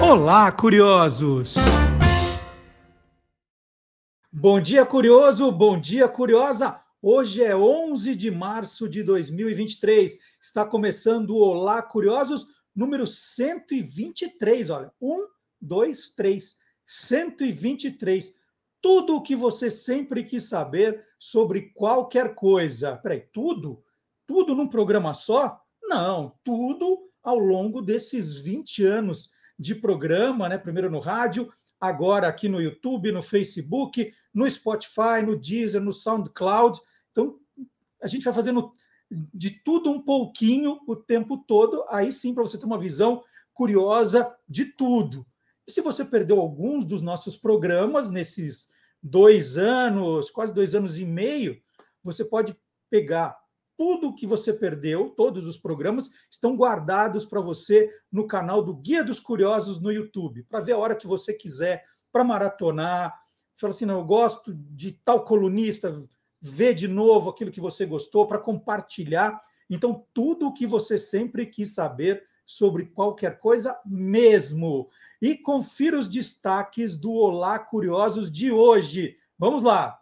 Olá, curiosos! Bom dia, curioso! Bom dia, curiosa! Hoje é 11 de março de 2023. Está começando o Olá, curiosos, número 123. Olha, 1, 2, 3, 123. Tudo o que você sempre quis saber sobre qualquer coisa. Peraí, tudo? Tudo num programa só? Não, tudo ao longo desses 20 anos de programa, né? Primeiro no rádio, agora aqui no YouTube, no Facebook, no Spotify, no Deezer, no SoundCloud. Então, a gente vai fazendo de tudo um pouquinho o tempo todo, aí sim, para você ter uma visão curiosa de tudo. E se você perdeu alguns dos nossos programas nesses 2 anos, quase 2 anos e meio, você pode pegar tudo o que você perdeu, todos os programas estão guardados para você no canal do Guia dos Curiosos no YouTube, para ver a hora que você quiser, para maratonar. Fala assim, não, eu gosto de tal colunista, ver de novo aquilo que você gostou, para compartilhar. Então, tudo o que você sempre quis saber sobre qualquer coisa mesmo. E confira os destaques do Olá Curiosos de hoje. Vamos lá!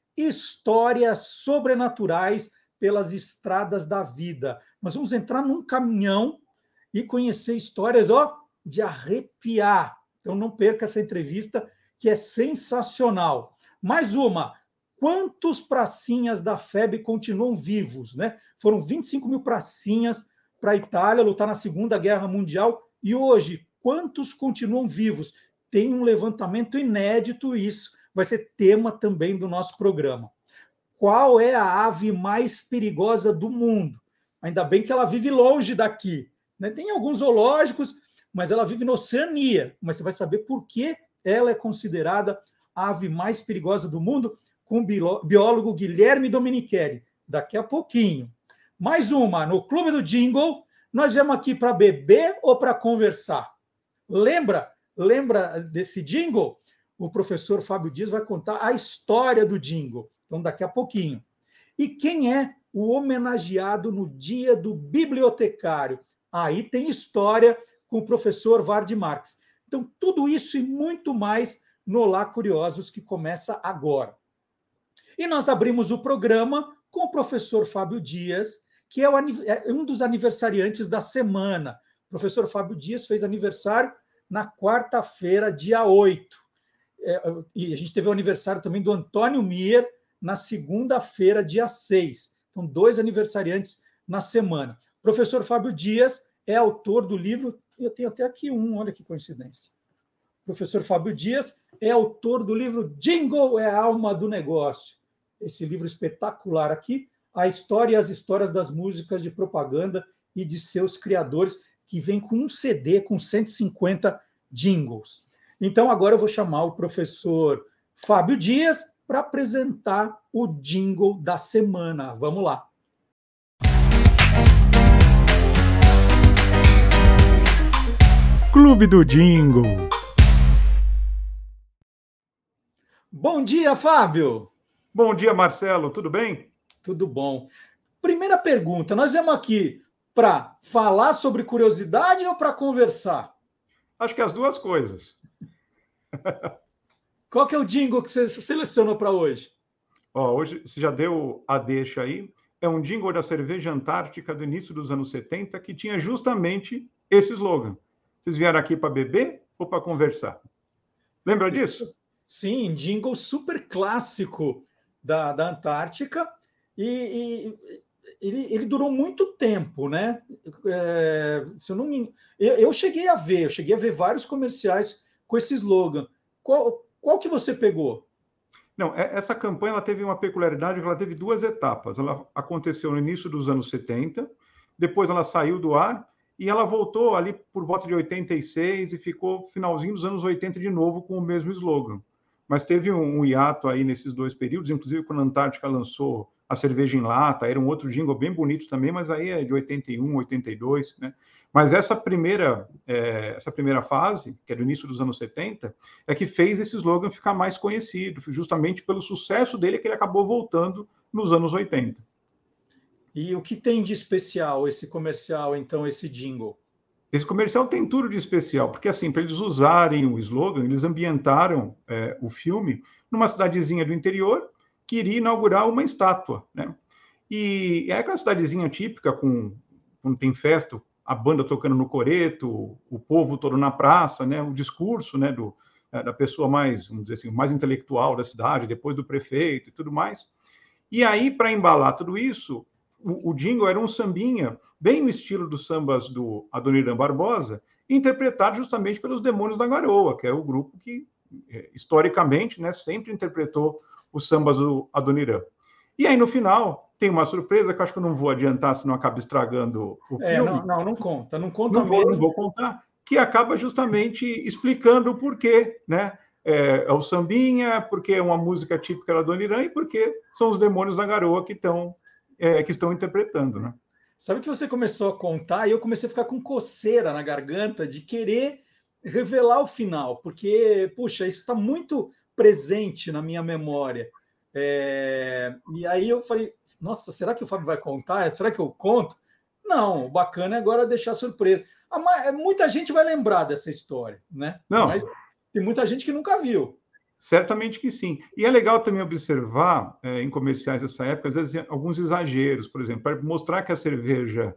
Histórias sobrenaturais pelas estradas da vida. Nós vamos entrar num caminhão e conhecer histórias, de arrepiar. Então não perca essa entrevista, que é sensacional. Mais uma. Quantos pracinhas da FEB continuam vivos, né? Foram 25 mil pracinhas para a Itália lutar na Segunda Guerra Mundial. E hoje, quantos continuam vivos? Tem um levantamento inédito, isso vai ser tema também do nosso programa. Qual é a ave mais perigosa do mundo? Ainda bem que ela vive longe daqui, né? Tem alguns zoológicos, mas ela vive na Oceania. Mas você vai saber por que ela é considerada a ave mais perigosa do mundo com o biólogo Guilherme Domenichelli, daqui a pouquinho. Mais uma, no Clube do Jingle, nós viemos aqui para beber ou para conversar? Lembra desse jingle? O professor Fábio Dias vai contar a história do jingle. Então, daqui a pouquinho. E quem é o homenageado no Dia do Bibliotecário? Aí tem história com o professor Vardy Marx. Então, tudo isso e muito mais no Olá Curiosos, que começa agora. E nós abrimos o programa com o professor Fábio Dias, que é um dos aniversariantes da semana. O professor Fábio Dias fez aniversário na quarta-feira, dia 8. E a gente teve o aniversário também do Antônio Mier, na segunda-feira, dia 6. Então, 2 aniversariantes na semana. O professor Fábio Dias é autor do livro, eu tenho até aqui olha que coincidência. O professor Fábio Dias é autor do livro Jingle é a Alma do Negócio. Esse livro espetacular aqui, a história e as histórias das músicas de propaganda e de seus criadores, que vem com um CD com 150 jingles. Então, agora eu vou chamar o professor Fábio Dias para apresentar o jingle da semana. Vamos lá. Clube do Jingle. Bom dia, Fábio. Bom dia, Marcelo. Tudo bem? Tudo bom. Primeira pergunta, nós viemos aqui para falar sobre curiosidade ou para conversar? Acho que as duas coisas. Qual que é o jingle que você selecionou para hoje? Hoje você já deu a deixa aí. É um jingle da cerveja Antártica do início dos anos 70 que tinha justamente esse slogan. Vocês vieram aqui para beber ou para conversar? Lembra disso? Sim, jingle super clássico da Antártica e ele durou muito tempo, né? Se eu não me... eu cheguei a ver vários comerciais com esse slogan. Qual que você pegou? Não, essa campanha ela teve uma peculiaridade, ela teve 2 etapas. Ela aconteceu no início dos anos 70, depois ela saiu do ar e ela voltou ali por volta de 86 e ficou finalzinho dos anos 80 de novo com o mesmo slogan. Mas teve um hiato aí nesses 2 períodos, inclusive quando a Antártica lançou a cerveja em lata, era um outro jingle bem bonito também, mas aí é de 81, 82, né? Mas essa primeira fase, que é do início dos anos 70, é que fez esse slogan ficar mais conhecido, justamente pelo sucesso dele, que ele acabou voltando nos anos 80. E o que tem de especial esse comercial, então, esse jingle? Esse comercial tem tudo de especial, porque assim, para eles usarem o slogan, eles ambientaram o filme numa cidadezinha do interior que iria inaugurar uma estátua, né? E é aquela cidadezinha típica, quando tem festa, a banda tocando no coreto, o povo todo na praça, né? O discurso, né, da pessoa mais, vamos dizer assim, mais intelectual da cidade, depois do prefeito e tudo mais. E aí, para embalar tudo isso, o jingle era um sambinha, bem no estilo dos sambas do Adoniran Barbosa, interpretado justamente pelos Demônios da Garoa, que é o grupo que, historicamente, né, sempre interpretou os sambas do Adoniran. E aí, no final, tem uma surpresa que eu acho que eu não vou adiantar, senão acaba estragando o filme. Não conta, não conta Não vou contar, que acaba justamente explicando o porquê, né? É o sambinha, porque é uma música típica da Dona Irã e porque são os Demônios da Garoa que estão interpretando, né? Sabe que você começou a contar e eu comecei a ficar com coceira na garganta de querer revelar o final, porque, puxa, isso está muito presente na minha memória. E aí eu falei, nossa, será que o Fábio vai contar? Será que eu conto? Não, o bacana é agora deixar surpresa. Muita gente vai lembrar dessa história, né? Não, mas tem muita gente que nunca viu. Certamente que sim. E é legal também observar em comerciais dessa época, às vezes, alguns exageros, por exemplo, para mostrar que a cerveja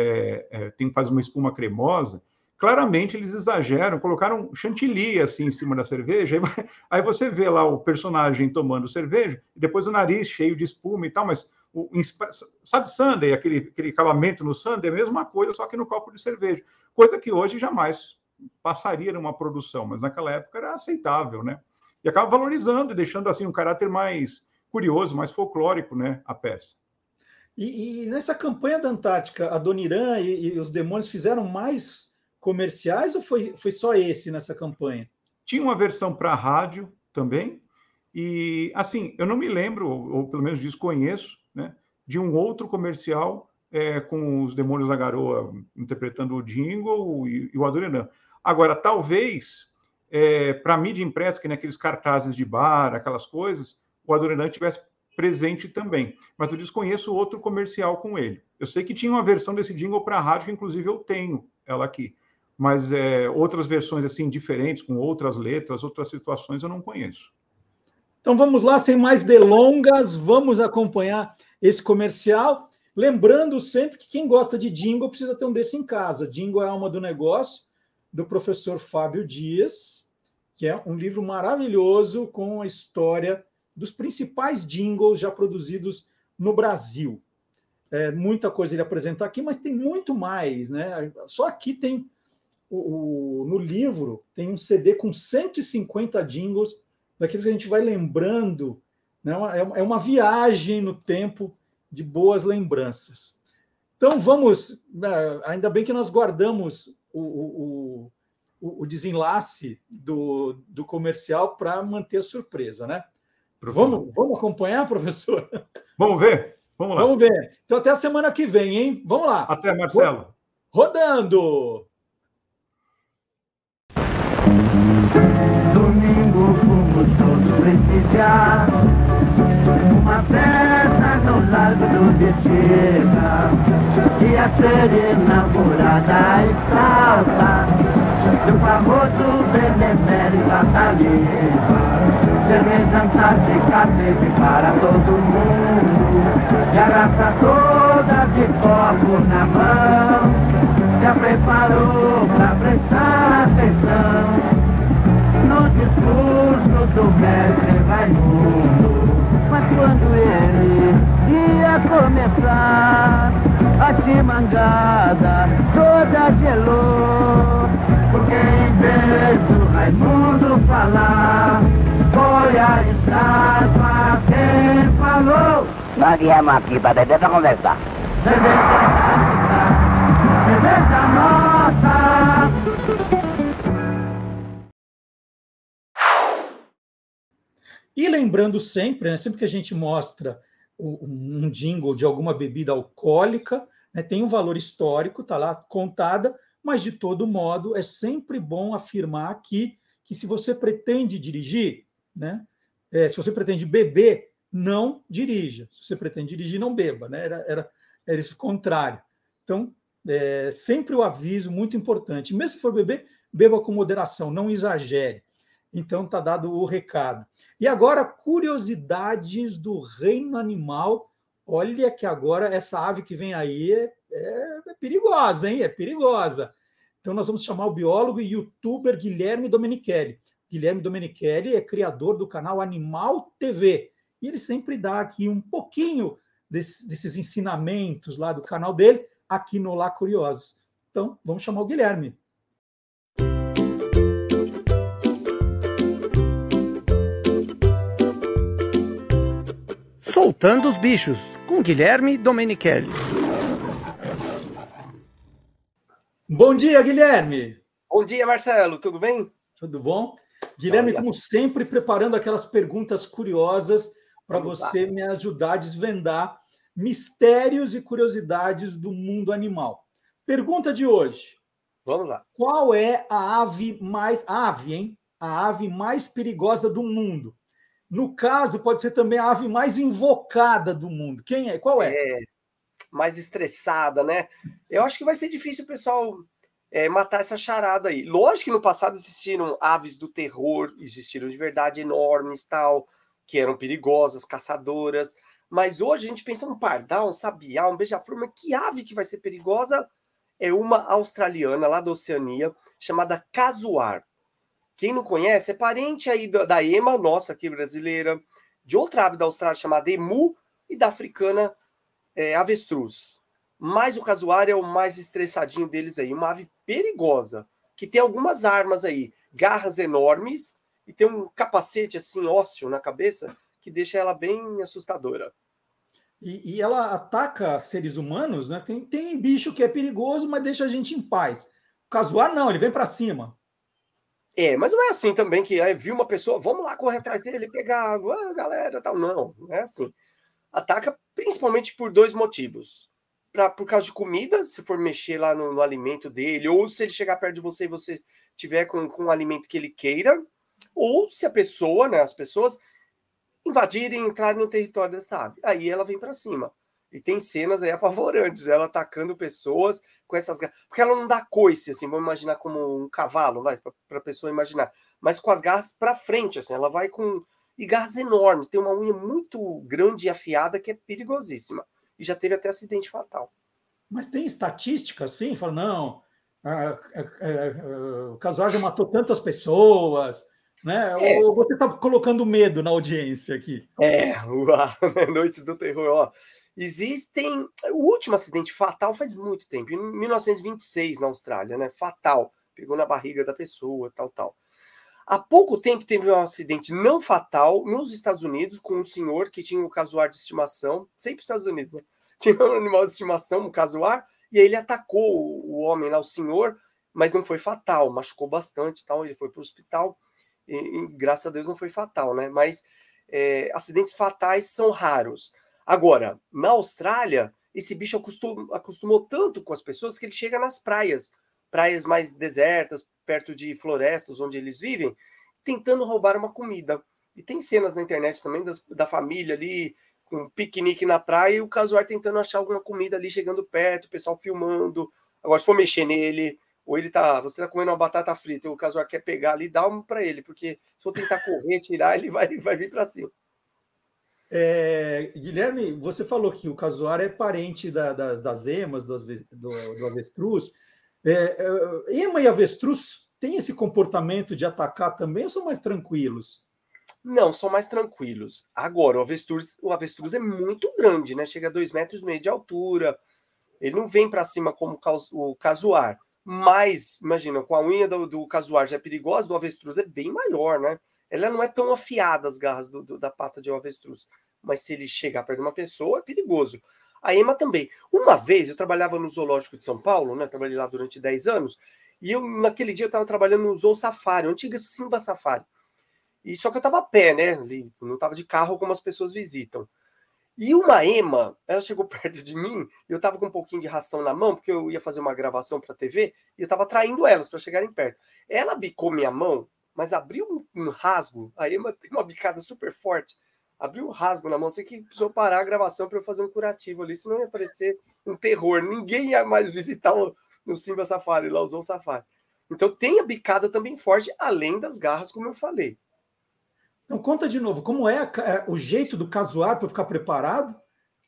faz uma espuma cremosa. Claramente eles exageram, colocaram chantilly assim em cima da cerveja, aí você vê lá o personagem tomando cerveja, e depois o nariz cheio de espuma e tal, mas sabe sundae, aquele acabamento no sundae, é a mesma coisa, só que no copo de cerveja. Coisa que hoje jamais passaria numa produção, mas naquela época era aceitável, né? E acaba valorizando e deixando assim um caráter mais curioso, mais folclórico, né, a peça. E nessa campanha da Antártica, a Dona Irã e os Demônios fizeram mais comerciais ou foi só esse nessa campanha? Tinha uma versão para rádio também, e assim, eu não me lembro, ou pelo menos desconheço, né, de um outro comercial com os Demônios da Garoa interpretando o jingle e o Adoniran. Agora, talvez, para a mídia impressa, que naqueles cartazes de bar, aquelas coisas, o Adoniran tivesse presente também. Mas eu desconheço outro comercial com ele. Eu sei que tinha uma versão desse jingle para a rádio, que inclusive eu tenho ela aqui. Mas outras versões assim diferentes, com outras letras, outras situações, eu não conheço. Então vamos lá, sem mais delongas, vamos acompanhar esse comercial. Lembrando sempre que quem gosta de jingle precisa ter um desse em casa. Jingle é a alma do negócio, do professor Fábio Dias, que é um livro maravilhoso com a história dos principais jingles já produzidos no Brasil. Muita coisa ele apresenta aqui, mas tem muito mais, né? Só aqui tem no livro tem um CD com 150 jingles, daqueles que a gente vai lembrando, né? É uma viagem no tempo de boas lembranças. Então vamos, ainda bem que nós guardamos o desenlace do comercial para manter a surpresa, né? Vamos acompanhar, professor? Vamos ver? Vamos lá. Vamos ver. Então até a semana que vem, hein? Vamos lá. Até, Marcelo. Rodando! Domingo fomos todos prestigiar uma festa no Largo do Bexiga, ia ser inaugurada a estátua do famoso benemérito Ataliba. Cerveja Antártica teve para todo mundo, e a raça toda de copo na mão já preparou pra prestar atenção no discurso do mestre Raimundo. Mas quando ele ia começar, a chimangada toda gelou, porque em vez do Raimundo falar, foi a estátua quem falou. Nós viemos aqui para beber para conversar. Cerveja nossa. E lembrando sempre, né, sempre que a gente mostra um jingle de alguma bebida alcoólica, né, tem um valor histórico, está lá contada, mas de todo modo é sempre bom afirmar aqui que se você pretende dirigir, né, se você pretende beber, não dirija. Se você pretende dirigir, não beba, né? Era esse contrário. Então, sempre o aviso, muito importante. Mesmo se for beber, beba com moderação, não exagere. Então está dado o recado. E agora, curiosidades do reino animal. Olha que agora essa ave que vem aí é perigosa, hein? É perigosa. Então nós vamos chamar o biólogo e youtuber Guilherme Domenichelli. Guilherme Domenichelli é criador do canal Animal TV. E ele sempre dá aqui um pouquinho desses ensinamentos lá do canal dele, aqui no Olá Curiosos. Então, vamos chamar o Guilherme. Soltando os bichos, com Guilherme Domenichelli. Bom dia, Guilherme! Bom dia, Marcelo, tudo bem? Tudo bom? Guilherme, como sempre, preparando aquelas perguntas curiosas para você me ajudar a desvendar mistérios e curiosidades do mundo animal. Pergunta de hoje. Vamos lá. Qual é a ave mais perigosa do mundo? No caso, pode ser também a ave mais invocada do mundo. Quem é? Qual é? Mais estressada, né? Eu acho que vai ser difícil o pessoal matar essa charada aí. Lógico que no passado existiram aves do terror, existiram de verdade enormes, tal, que eram perigosas, caçadoras. Mas hoje a gente pensa um pardal, um sabiá, um beija-flor, mas que ave que vai ser perigosa? É uma australiana lá da Oceania, chamada casuar. Quem não conhece, é parente aí da ema, nossa, aqui brasileira, de outra ave da Austrália chamada emu e da africana avestruz. Mas o casuar é o mais estressadinho deles aí, uma ave perigosa, que tem algumas armas aí, garras enormes e tem um capacete assim ósseo na cabeça que deixa ela bem assustadora. E ela ataca seres humanos, né? Tem bicho que é perigoso, mas deixa a gente em paz. O casuar não, ele vem para cima. Mas não é assim também que viu uma pessoa, vamos lá correr atrás dele, pegar água, galera, tal. Não é assim. Ataca principalmente por dois motivos. Por causa de comida, se for mexer lá no alimento dele, ou se ele chegar perto de você e você tiver com um alimento que ele queira, ou se a pessoa, né, as pessoas invadirem, entrarem no território dessa ave. Aí ela vem para cima. E tem cenas aí apavorantes, ela atacando pessoas com essas garras. Porque ela não dá coice, assim, vamos imaginar como um cavalo, para a pessoa imaginar. Mas com as garras para frente, assim, ela vai com... E garras enormes, tem uma unha muito grande e afiada que é perigosíssima. E já teve até acidente fatal. Mas tem estatística, assim? Fala, não, o casuar já matou tantas pessoas, né? Ou você está colocando medo na audiência aqui? Noites do Terror, ó. Existem... O último acidente fatal faz muito tempo, em 1926, na Austrália, né? Fatal. Pegou na barriga da pessoa, tal. Há pouco tempo teve um acidente não fatal nos Estados Unidos com um senhor que tinha um casuar de estimação, sempre nos Estados Unidos, né? Tinha um animal de estimação, um casuar, e aí ele atacou o homem lá, o senhor, mas não foi fatal, machucou bastante, tal. Ele foi para o hospital e graças a Deus não foi fatal, né? Mas acidentes fatais são raros. Agora, na Austrália, esse bicho acostumou tanto com as pessoas que ele chega nas praias mais desertas, perto de florestas onde eles vivem, tentando roubar uma comida. E tem cenas na internet também da família ali, com um piquenique na praia, e o casuar tentando achar alguma comida ali, chegando perto, o pessoal filmando. Agora, se for mexer nele, ou você tá comendo uma batata frita, e o casuar quer pegar ali, dá uma para ele, porque se for tentar correr, tirar, ele vai vir para cima. Guilherme, você falou que o casuar é parente das emas, do avestruz. Ema e avestruz têm esse comportamento de atacar também ou são mais tranquilos? Não, são mais tranquilos. Agora, o avestruz é muito grande, né? Chega a 2,5 metros de altura. Ele não vem para cima como o casuar. Mas, imagina, com a unha do casuar já é perigosa, do avestruz é bem maior, né? Ela não é tão afiada, as garras da pata de um avestruz. Mas se ele chegar perto de uma pessoa, é perigoso. A ema também. Uma vez, eu trabalhava no Zoológico de São Paulo, né? Trabalhei lá durante 10 anos. E naquele dia, eu estava trabalhando no Zoo Safari, a antiga Simba Safari. E só que eu estava a pé, né? Não estava de carro como as pessoas visitam. E uma ema, ela chegou perto de mim, eu estava com um pouquinho de ração na mão, porque eu ia fazer uma gravação para a TV, e eu estava atraindo elas para chegarem perto. Ela bicou minha mão, mas abriu um rasgo, a ema tem uma bicada super forte, Abriu um rasgo na mão, sei que precisou parar a gravação para eu fazer um curativo ali, senão ia parecer um terror. Ninguém ia mais visitar no Simba Safari, lá usou o Safari. Então tem a bicada também forte, além das garras, como eu falei. Então conta de novo, como é o jeito do casuar para ficar preparado?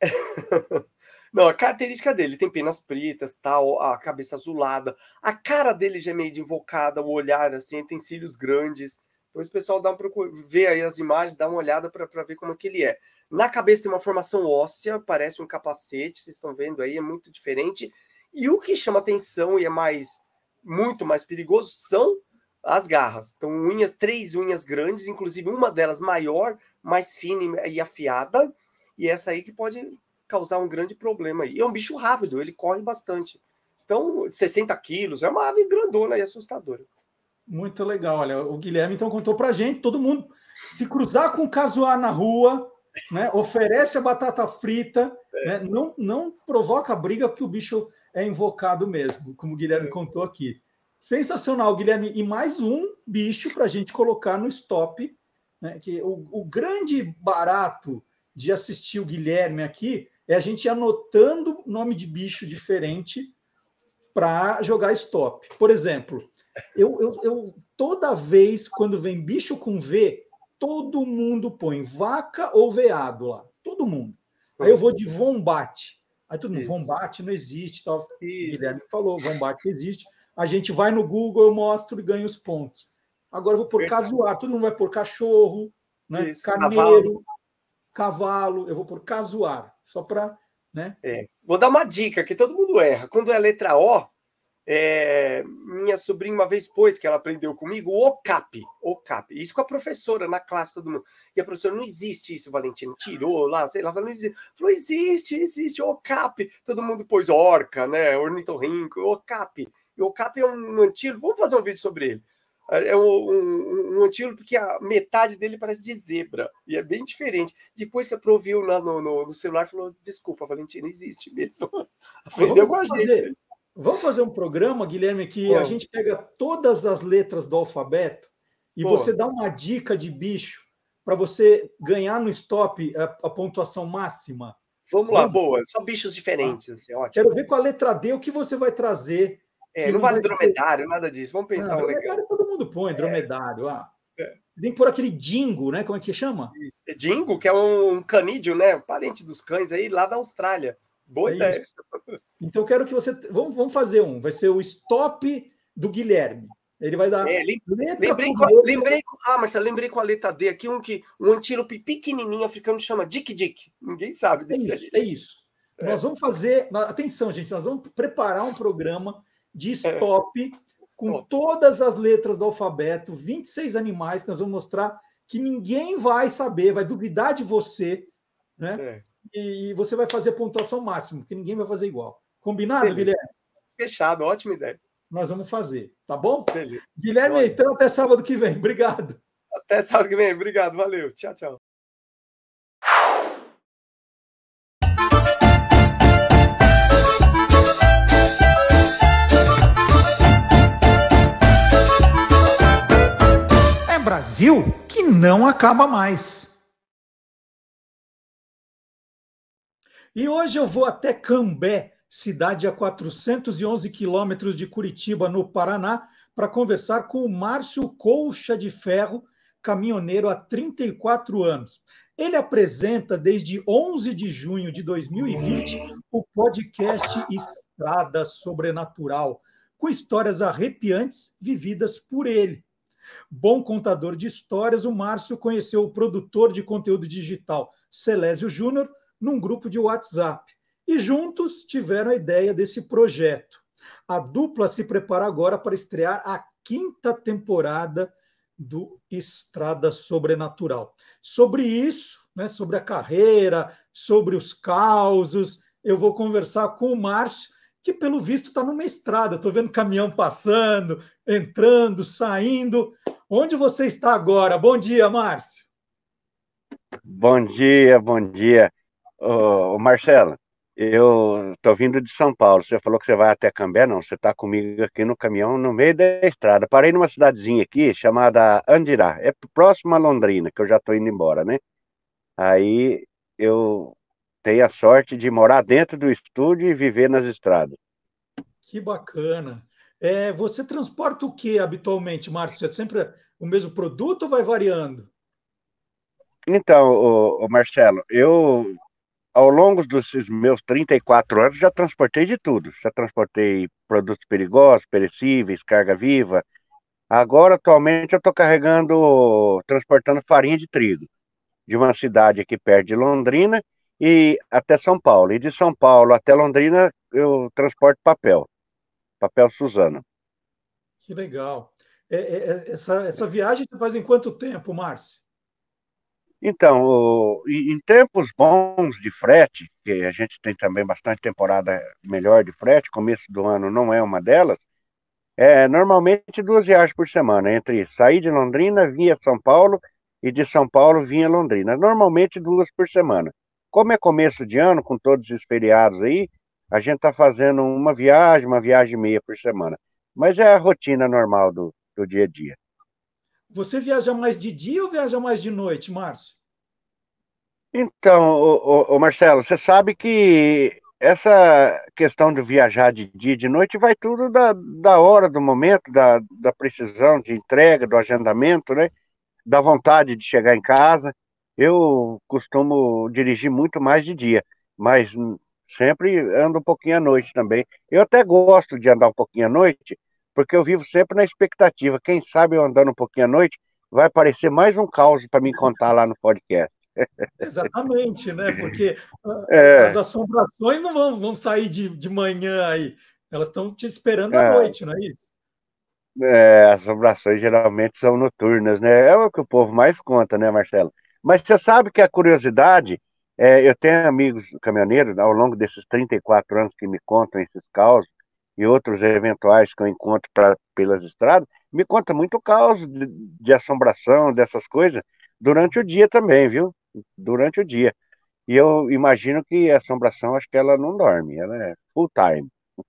Não, a característica dele tem penas pretas, tal, a cabeça azulada, a cara dele já é meio de invocada, o olhar assim, tem cílios grandes. Depois o pessoal dá vê aí as imagens, dá uma olhada para ver como é que ele é. Na cabeça tem uma formação óssea, parece um capacete, vocês estão vendo aí, é muito diferente. E o que chama atenção e é muito mais perigoso são as garras. Então, três unhas grandes, inclusive uma delas maior, mais fina e afiada, e essa aí que pode causar um grande problema aí. E é um bicho rápido, ele corre bastante. Então, 60 quilos, é uma ave grandona e assustadora. Muito legal, olha, o Guilherme então contou pra gente, todo mundo se cruzar com o casuar na rua, né, oferece a batata frita, né, não provoca briga porque o bicho é invocado mesmo, como o Guilherme contou aqui. Sensacional, Guilherme, e mais um bicho para a gente colocar no stop, né, que o grande barato de assistir o Guilherme aqui é a gente ir anotando nome de bicho diferente para jogar stop. Por exemplo, eu toda vez quando vem bicho com V, todo mundo põe vaca ou veado lá. Todo mundo. Aí eu vou de vombate. Aí todo mundo, vombate não existe. Tal. O Guilherme falou, vombate existe. A gente vai no Google, eu mostro e ganho os pontos. Agora eu vou por casuar. Todo mundo vai por cachorro, né? Carneiro, cavalo. Eu vou por casuar. Só para... Né? Vou dar uma dica que todo mundo erra. Quando é a letra O, minha sobrinha uma vez pôs, que ela aprendeu comigo, OCAP. Isso com a professora na classe, todo mundo. E a professora, não existe isso, Valentino. Tirou lá, sei lá, não existe. Falou, existe, OCAP. Todo mundo pôs orca, né? Ornitorrinco, OCAP. E o OCAP é um antílope. Vamos fazer um vídeo sobre ele. É um antílope que a metade dele parece de zebra. E é bem diferente. Depois que a Pro viu lá no celular, falou, desculpa, Valentino, existe mesmo. Aprendeu com a gente. Vamos fazer um programa, Guilherme, que a gente pega todas as letras do alfabeto e você dá uma dica de bicho para você ganhar no stop a pontuação máxima. Vamos lá, boa. Só bichos diferentes. Assim, ótimo. Quero ver com a letra D o que você vai trazer. Não vale dromedário, nada disso. Vamos pensar um legal. Dromedário todo mundo põe, dromedário. Você tem que pôr aquele dingo, né? Como é que chama? Isso. Dingo, que é um canídeo, né? Parente dos cães aí, lá da Austrália. Boa ideia. Então, quero que você... Vamos fazer um. Vai ser o stop do Guilherme. Ele vai dar... Marcelo, lembrei com a letra D aqui, um antílope pequenininho africano chama Dick. Ninguém sabe desse. É isso. Nós vamos fazer... Atenção, gente. Nós vamos preparar um programa de stop com todas as letras do alfabeto, 26 animais que nós vamos mostrar que ninguém vai saber, vai duvidar de você, né? E você vai fazer a pontuação máxima, porque ninguém vai fazer igual. Combinado, Guilherme? Fechado, ótima ideia. Nós vamos fazer, tá bom? Beleza. Guilherme, então, até sábado que vem. Obrigado. Até sábado que vem. Obrigado, valeu. Tchau, tchau. Brasil que não acaba mais. E hoje eu vou até Cambé, cidade a 411 quilômetros de Curitiba, no Paraná, para conversar com o Márcio Colcha de Ferro, caminhoneiro há 34 anos. Ele apresenta desde 11 de junho de 2020 o podcast Estrada Sobrenatural, com histórias arrepiantes vividas por ele. Bom contador de histórias, o Márcio conheceu o produtor de conteúdo digital Celésio Júnior num grupo de WhatsApp e juntos tiveram a ideia desse projeto. A dupla se prepara agora para estrear a 5ª temporada do Estrada Sobrenatural. Sobre isso, né, sobre a carreira, sobre os causos, eu vou conversar com o Márcio, que pelo visto está numa estrada. Estou vendo caminhão passando, entrando, saindo. Onde você está agora? Bom dia, Márcio. Bom dia. Ô, Marcelo, eu estou vindo de São Paulo. Você falou que você vai até Cambé? Não, você está comigo aqui no caminhão, no meio da estrada. Parei numa cidadezinha aqui chamada Andirá. É próximo a Londrina, que eu já estou indo embora, né? Aí eu tenho a sorte de morar dentro do estúdio e viver nas estradas. Que bacana. Você transporta o que habitualmente, Márcio? É sempre o mesmo produto ou vai variando? Então, Marcelo, eu, ao longo desses meus 34 anos, já transportei de tudo. Já transportei produtos perigosos, perecíveis, carga viva. Agora, atualmente, eu estou transportando farinha de trigo, de uma cidade aqui perto de Londrina e até São Paulo. E de São Paulo até Londrina, eu transporto papel Suzano. Que legal. Essa viagem você faz em quanto tempo, Márcio? Então, em tempos bons de frete, que a gente tem também bastante temporada melhor de frete, começo do ano não é uma delas, normalmente 2 viagens por semana, entre sair de Londrina, via São Paulo, e de São Paulo, via Londrina. Normalmente 2 por semana. Como é começo de ano, com todos os feriados aí, a gente está fazendo uma viagem e meia por semana. Mas é a rotina normal do dia a dia. Você viaja mais de dia ou viaja mais de noite, Márcio? Então, Marcelo, você sabe que essa questão de viajar de dia e de noite vai tudo da hora, do momento, da precisão de entrega, do agendamento, né? Da vontade de chegar em casa. Eu costumo dirigir muito mais de dia, mas sempre ando um pouquinho à noite também. Eu até gosto de andar um pouquinho à noite, porque eu vivo sempre na expectativa. Quem sabe eu andando um pouquinho à noite vai aparecer mais um caos para me contar lá no podcast. Exatamente, né? Porque as É, assombrações não vão sair de manhã aí. Elas estão te esperando à é, noite, não é isso? as assombrações geralmente são noturnas, né? É o que o povo mais conta, né, Marcelo? Mas você sabe que a curiosidade, eu tenho amigos caminhoneiros ao longo desses 34 anos que me contam esses causos e outros eventuais que eu encontro pelas estradas, me conta muito caos de assombração, dessas coisas, durante o dia também, viu? Durante o dia. E eu imagino que a assombração, acho que ela não dorme, ela é full time.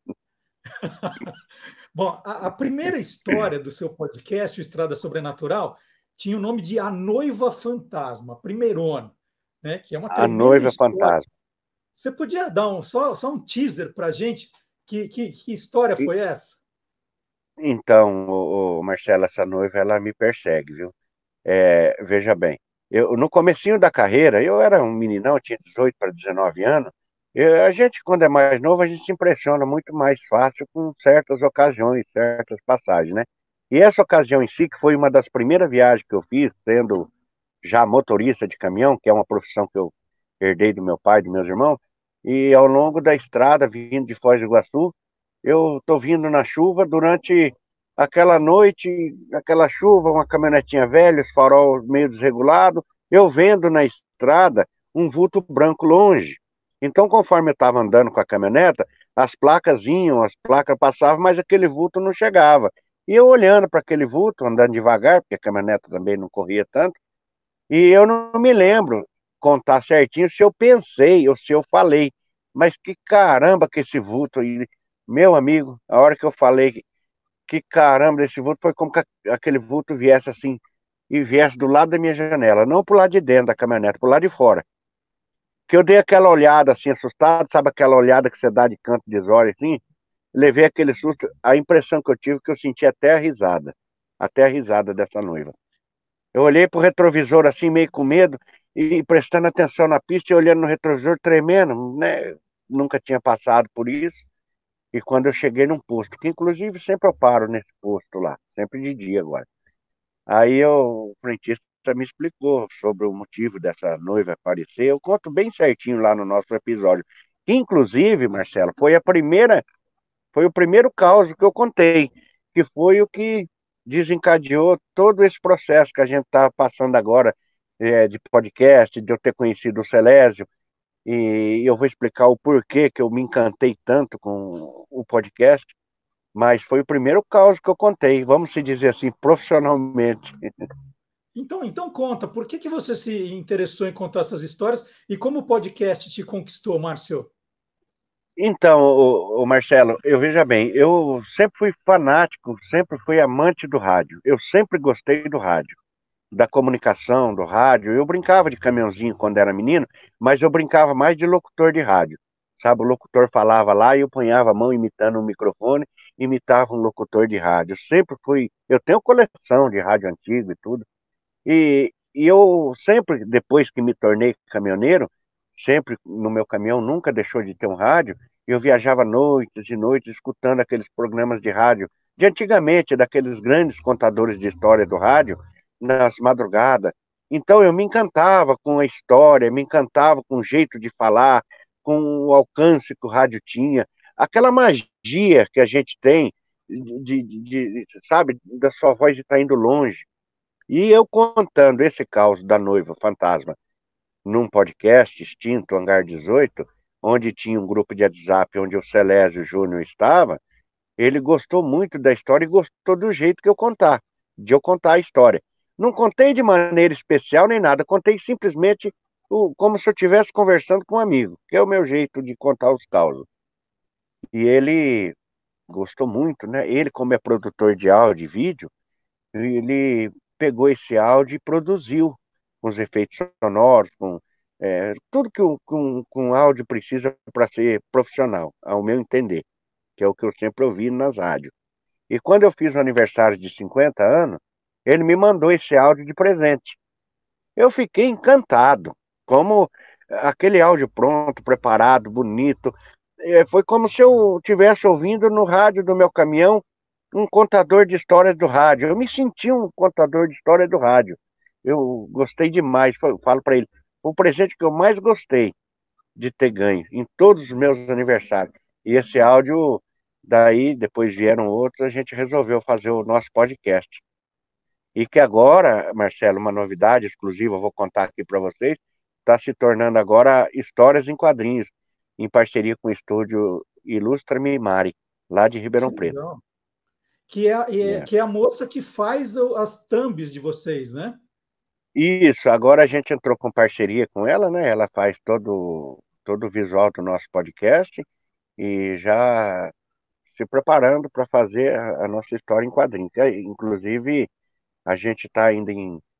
Bom, a primeira história do seu podcast, o Estrada Sobrenatural, tinha o nome de A Noiva Fantasma, a primeirona, né? Que é uma A tremenda noiva história. fantasma. Você podia dar só um teaser para a gente? Que história foi essa? Então, Marcelo, essa noiva, ela me persegue, viu? Veja bem, no comecinho da carreira, eu era um meninão, tinha 18 para 19 anos, a gente, quando é mais novo, a gente se impressiona muito mais fácil com certas ocasiões, certas passagens, né? E essa ocasião em si, que foi uma das primeiras viagens que eu fiz, sendo já motorista de caminhão, que é uma profissão que eu herdei do meu pai e dos meus irmãos, e ao longo da estrada, vindo de Foz do Iguaçu, eu estou vindo na chuva durante aquela noite, aquela chuva, uma caminhonetinha velha, os farol meio desregulado, eu vendo na estrada um vulto branco longe. Então, conforme eu estava andando com a caminhoneta, as placas iam, as placas passavam, mas aquele vulto não chegava. E eu olhando para aquele vulto, andando devagar, porque a caminhoneta também não corria tanto, e eu não me lembro contar certinho se eu pensei ou se eu falei, mas que caramba que esse vulto aí, meu amigo, a hora que eu falei que caramba desse vulto foi como que aquele vulto viesse assim e viesse do lado da minha janela, não pro lado de dentro da caminhonete, pro lado de fora. Que eu dei aquela olhada assim assustado, sabe aquela olhada que você dá de canto de olhos assim? Levei aquele susto, a impressão que eu tive que eu senti até a risada dessa noiva. Eu olhei pro retrovisor assim, meio com medo, e prestando atenção na pista e olhando no retrovisor tremendo, né? Nunca tinha passado por isso. E quando eu cheguei num posto, que inclusive sempre eu paro nesse posto lá, sempre de dia agora. Aí o frentista me explicou sobre o motivo dessa noiva aparecer. Eu conto bem certinho lá no nosso episódio. Que, inclusive, Marcelo, foi o primeiro caso que eu contei, que foi o que desencadeou todo esse processo que a gente está passando agora, de podcast, de eu ter conhecido o Celésio, e eu vou explicar o porquê que eu me encantei tanto com o podcast, mas foi o primeiro caso que eu contei, vamos se dizer assim, profissionalmente. Então conta, por que você se interessou em contar essas histórias e como o podcast te conquistou, Márcio? Então, o Marcelo, eu veja bem, eu sempre fui fanático, sempre fui amante do rádio, eu sempre gostei do rádio. da comunicação, do rádio. Eu brincava de caminhãozinho quando era menino, mas eu brincava mais de locutor de rádio. Sabe, o locutor falava lá e eu punhava a mão imitando um microfone, imitava um locutor de rádio. Sempre fui. Eu tenho coleção de rádio antigo e tudo. E eu sempre, depois que me tornei caminhoneiro, sempre no meu caminhão nunca deixou de ter um rádio. Eu viajava noites e noites escutando aqueles programas de rádio de antigamente, daqueles grandes contadores de história do rádio, nas madrugadas. Então eu me encantava com a história, me encantava com o jeito de falar, com o alcance que o rádio tinha, aquela magia que a gente tem, sabe, da sua voz de estar indo longe. E eu contando esse caos da noiva fantasma num podcast extinto, Hangar 18, onde tinha um grupo de WhatsApp onde o Celésio Júnior estava, ele gostou muito da história e gostou do jeito que de eu contar a história. Não contei de maneira especial nem nada, contei simplesmente como se eu estivesse conversando com um amigo, que é o meu jeito de contar os causos. E ele gostou muito, né? Ele, como é produtor de áudio e vídeo, ele pegou esse áudio e produziu com os efeitos sonoros, com tudo que um áudio precisa para ser profissional, ao meu entender, que é o que eu sempre ouvi nas rádios. E quando eu fiz o aniversário de 50 anos, ele me mandou esse áudio de presente. Eu fiquei encantado, como aquele áudio pronto, preparado, bonito. Foi como se eu estivesse ouvindo no rádio do meu caminhão um contador de histórias do rádio. Eu me senti um contador de histórias do rádio. Eu gostei demais. Eu falo para ele, o presente que eu mais gostei de ter ganho em todos os meus aniversários. E esse áudio, daí, depois vieram outros, a gente resolveu fazer o nosso podcast. E que agora, Marcelo, uma novidade exclusiva, eu vou contar aqui para vocês, está se tornando agora Histórias em Quadrinhos, em parceria com o estúdio Ilustra-me Mari, lá de Ribeirão Preto. Legal. Que é a moça que faz as thumbs de vocês, né? Isso, agora a gente entrou com parceria com ela, né? Ela faz todo o visual do nosso podcast e já se preparando para fazer a nossa história em quadrinhos. Inclusive, a gente está ainda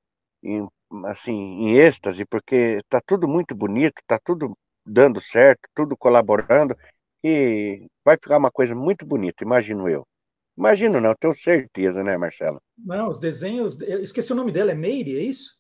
assim, em êxtase, porque está tudo muito bonito, está tudo dando certo, tudo colaborando, e vai ficar uma coisa muito bonita, imagino eu. Imagino não, tenho certeza, né, Marcelo? Não, os desenhos. Eu esqueci o nome dela, é Meire, é isso?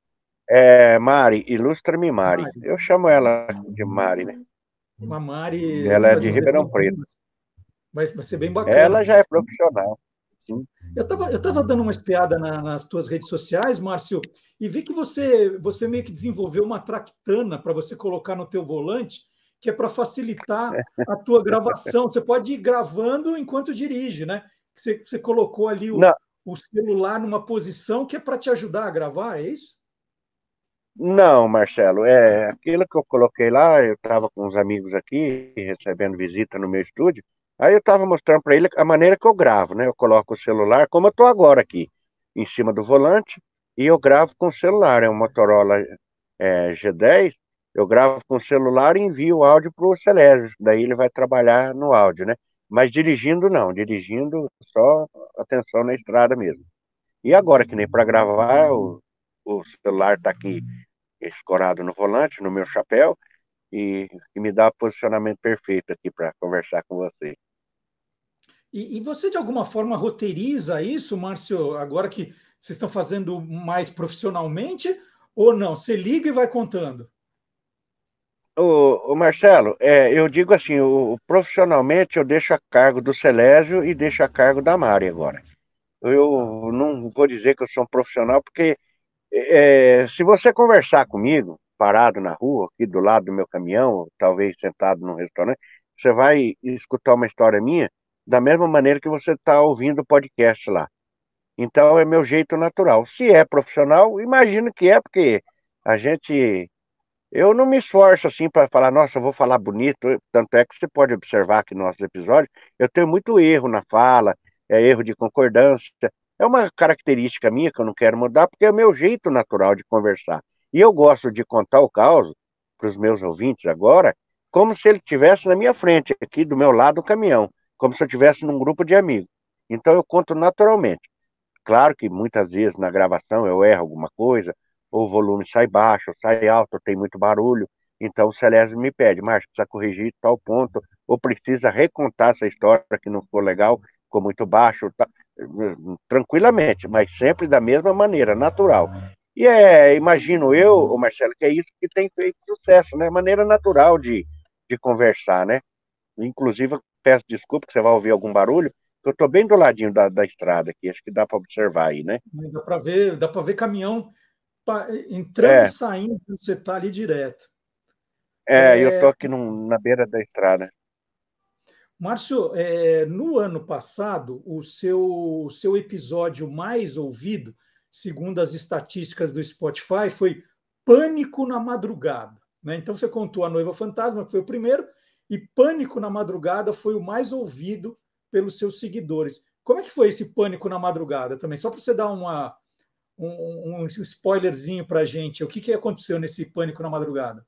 É Mari, Ilustra-me Mari. Eu chamo ela de Mari, né? Uma Mari. Ela é faz de uns Ribeirão desenhos Preto. lindos. Vai ser bem bacana. Ela já é profissional. Sim. Eu tava dando uma espiada nas tuas redes sociais, Márcio, e vi que você meio que desenvolveu uma tractana para você colocar no teu volante, que é para facilitar a tua gravação. Você pode ir gravando enquanto dirige, né? Você colocou ali o celular numa posição que é para te ajudar a gravar, é isso? Não, Marcelo, é aquilo que eu coloquei lá, eu estava com uns amigos aqui, recebendo visita no meu estúdio, aí eu estava mostrando para ele a maneira que eu gravo, né? Eu coloco o celular, como eu estou agora aqui, em cima do volante, e eu gravo com o celular, é um Motorola G10, eu gravo com o celular e envio o áudio para o Celésio, daí ele vai trabalhar no áudio, né? Mas dirigindo não, dirigindo só atenção na estrada mesmo. E agora, que nem para gravar, o celular está aqui escorado no volante, no meu chapéu, e me dá o posicionamento perfeito aqui para conversar com você. E você, de alguma forma, roteiriza isso, Márcio, agora que vocês estão fazendo mais profissionalmente, ou não? Você liga e vai contando? O Marcelo, eu digo assim, profissionalmente eu deixo a cargo do Celésio e deixo a cargo da Mari agora. Eu não vou dizer que eu sou um profissional, porque se você conversar comigo, parado na rua, aqui do lado do meu caminhão, ou talvez sentado num restaurante, você vai escutar uma história minha da mesma maneira que você está ouvindo o podcast lá. Então é meu jeito natural. Se é profissional, imagino que é, porque eu não me esforço assim para falar, nossa, eu vou falar bonito. Tanto é que você pode observar que nos nossos episódios, eu tenho muito erro na fala, erro de concordância. É uma característica minha que eu não quero mudar, porque é o meu jeito natural de conversar. E eu gosto de contar o caos para os meus ouvintes agora, como se ele estivesse na minha frente, aqui do meu lado do caminhão, como se eu estivesse num grupo de amigos. Então eu conto naturalmente. Claro que muitas vezes na gravação eu erro alguma coisa, ou o volume sai baixo, ou sai alto, ou tem muito barulho. Então o Celésio me pede, Márcio, precisa corrigir tal ponto, ou precisa recontar essa história que não ficou legal, ficou muito baixo, tá? Tranquilamente, mas sempre da mesma maneira, natural. E imagino eu, ô Marcelo, que é isso que tem feito sucesso, né? Maneira natural de conversar, né? Inclusive, eu peço desculpa que você vai ouvir algum barulho, porque eu estou bem do ladinho da estrada aqui, acho que dá para observar aí, né? Dá para ver caminhão entrando e É, saindo, você está ali direto. eu estou aqui na beira da estrada. Márcio, no ano passado, o seu episódio mais ouvido, segundo as estatísticas do Spotify, foi Pânico na Madrugada. Né? Então, você contou A Noiva Fantasma, que foi o primeiro, e Pânico na Madrugada foi o mais ouvido pelos seus seguidores. Como é que foi esse Pânico na Madrugada também? Só para você dar um spoilerzinho para a gente, o que aconteceu nesse Pânico na Madrugada?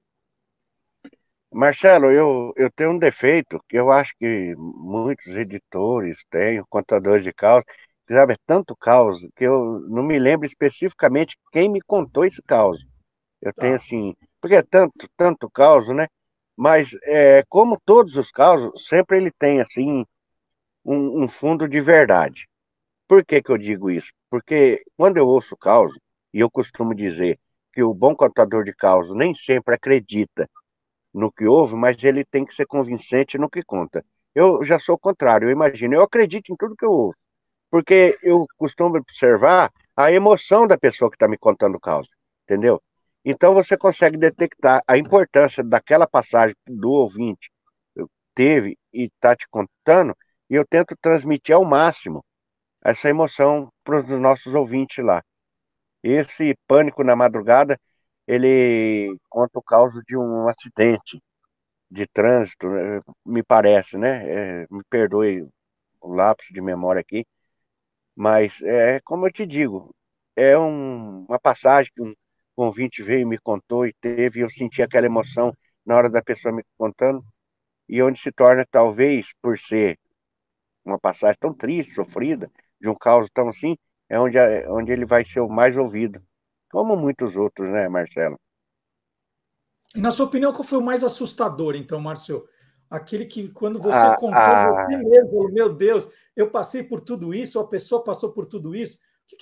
Marcelo, eu tenho um defeito que eu acho que muitos editores têm, contadores de caos, sabe, é tanto caos que eu não me lembro especificamente quem me contou esse caos. Eu tenho Tá. assim, porque é tanto caos, né? Mas como todos os causos, sempre ele tem assim um fundo de verdade. Por que que eu digo isso? Porque quando eu ouço caos, e eu costumo dizer que o bom contador de caos nem sempre acredita no que ouve, mas ele tem que ser convincente no que conta. Eu já sou o contrário, eu imagino, eu acredito em tudo que eu ouço, porque eu costumo observar a emoção da pessoa que está me contando o caos, entendeu? Então você consegue detectar a importância daquela passagem do ouvinte teve e está te contando, e eu tento transmitir ao máximo essa emoção para os nossos ouvintes lá. Esse Pânico na Madrugada, ele conta o caos de um acidente de trânsito, me parece, né? Me perdoe o lapso de memória aqui, mas como eu te digo, uma passagem que um convite veio e me contou e teve, e eu senti aquela emoção na hora da pessoa me contando, e onde se torna, talvez, por ser uma passagem tão triste, sofrida, de um caos tão assim, onde ele vai ser o mais ouvido, como muitos outros, né, Marcelo? E na sua opinião, qual foi o mais assustador, então, Márcio? Aquele que, quando você A, contou, você a, mesmo falou, meu Deus, eu passei por tudo isso, a pessoa passou por tudo isso.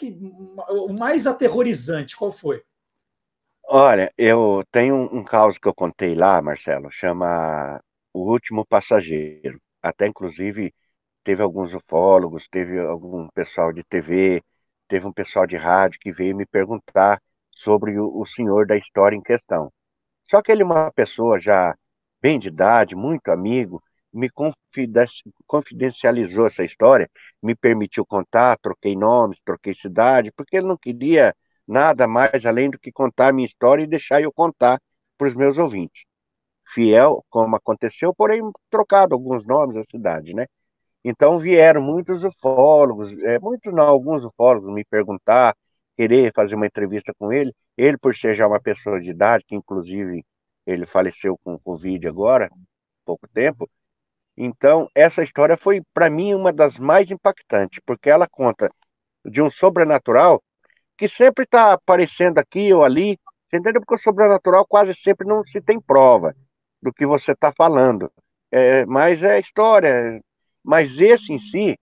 O mais aterrorizante, qual foi? Olha, eu tenho um caos que eu contei lá, Marcelo, chama O Último Passageiro. Até, inclusive, teve alguns ufólogos, teve algum pessoal de TV, teve um pessoal de rádio que veio me perguntar sobre o senhor da história em questão. Só que ele é uma pessoa já bem de idade, muito amigo, me confidencializou essa história, me permitiu contar, troquei nomes, troquei cidade, porque ele não queria nada mais além do que contar a minha história e deixar eu contar para os meus ouvintes. Fiel, como aconteceu, porém trocado alguns nomes da cidade, né? Então vieram muitos ufólogos, muitos não, alguns ufólogos me perguntar, querer fazer uma entrevista com ele. Ele, por ser já uma pessoa de idade, que inclusive ele faleceu com Covid agora, há pouco tempo. Então, essa história foi, para mim, uma das mais impactantes, porque ela conta de um sobrenatural que sempre está aparecendo aqui ou ali, você entendeu? Porque o sobrenatural quase sempre não se tem prova do que você está falando. Mas é história. Mas esse em si,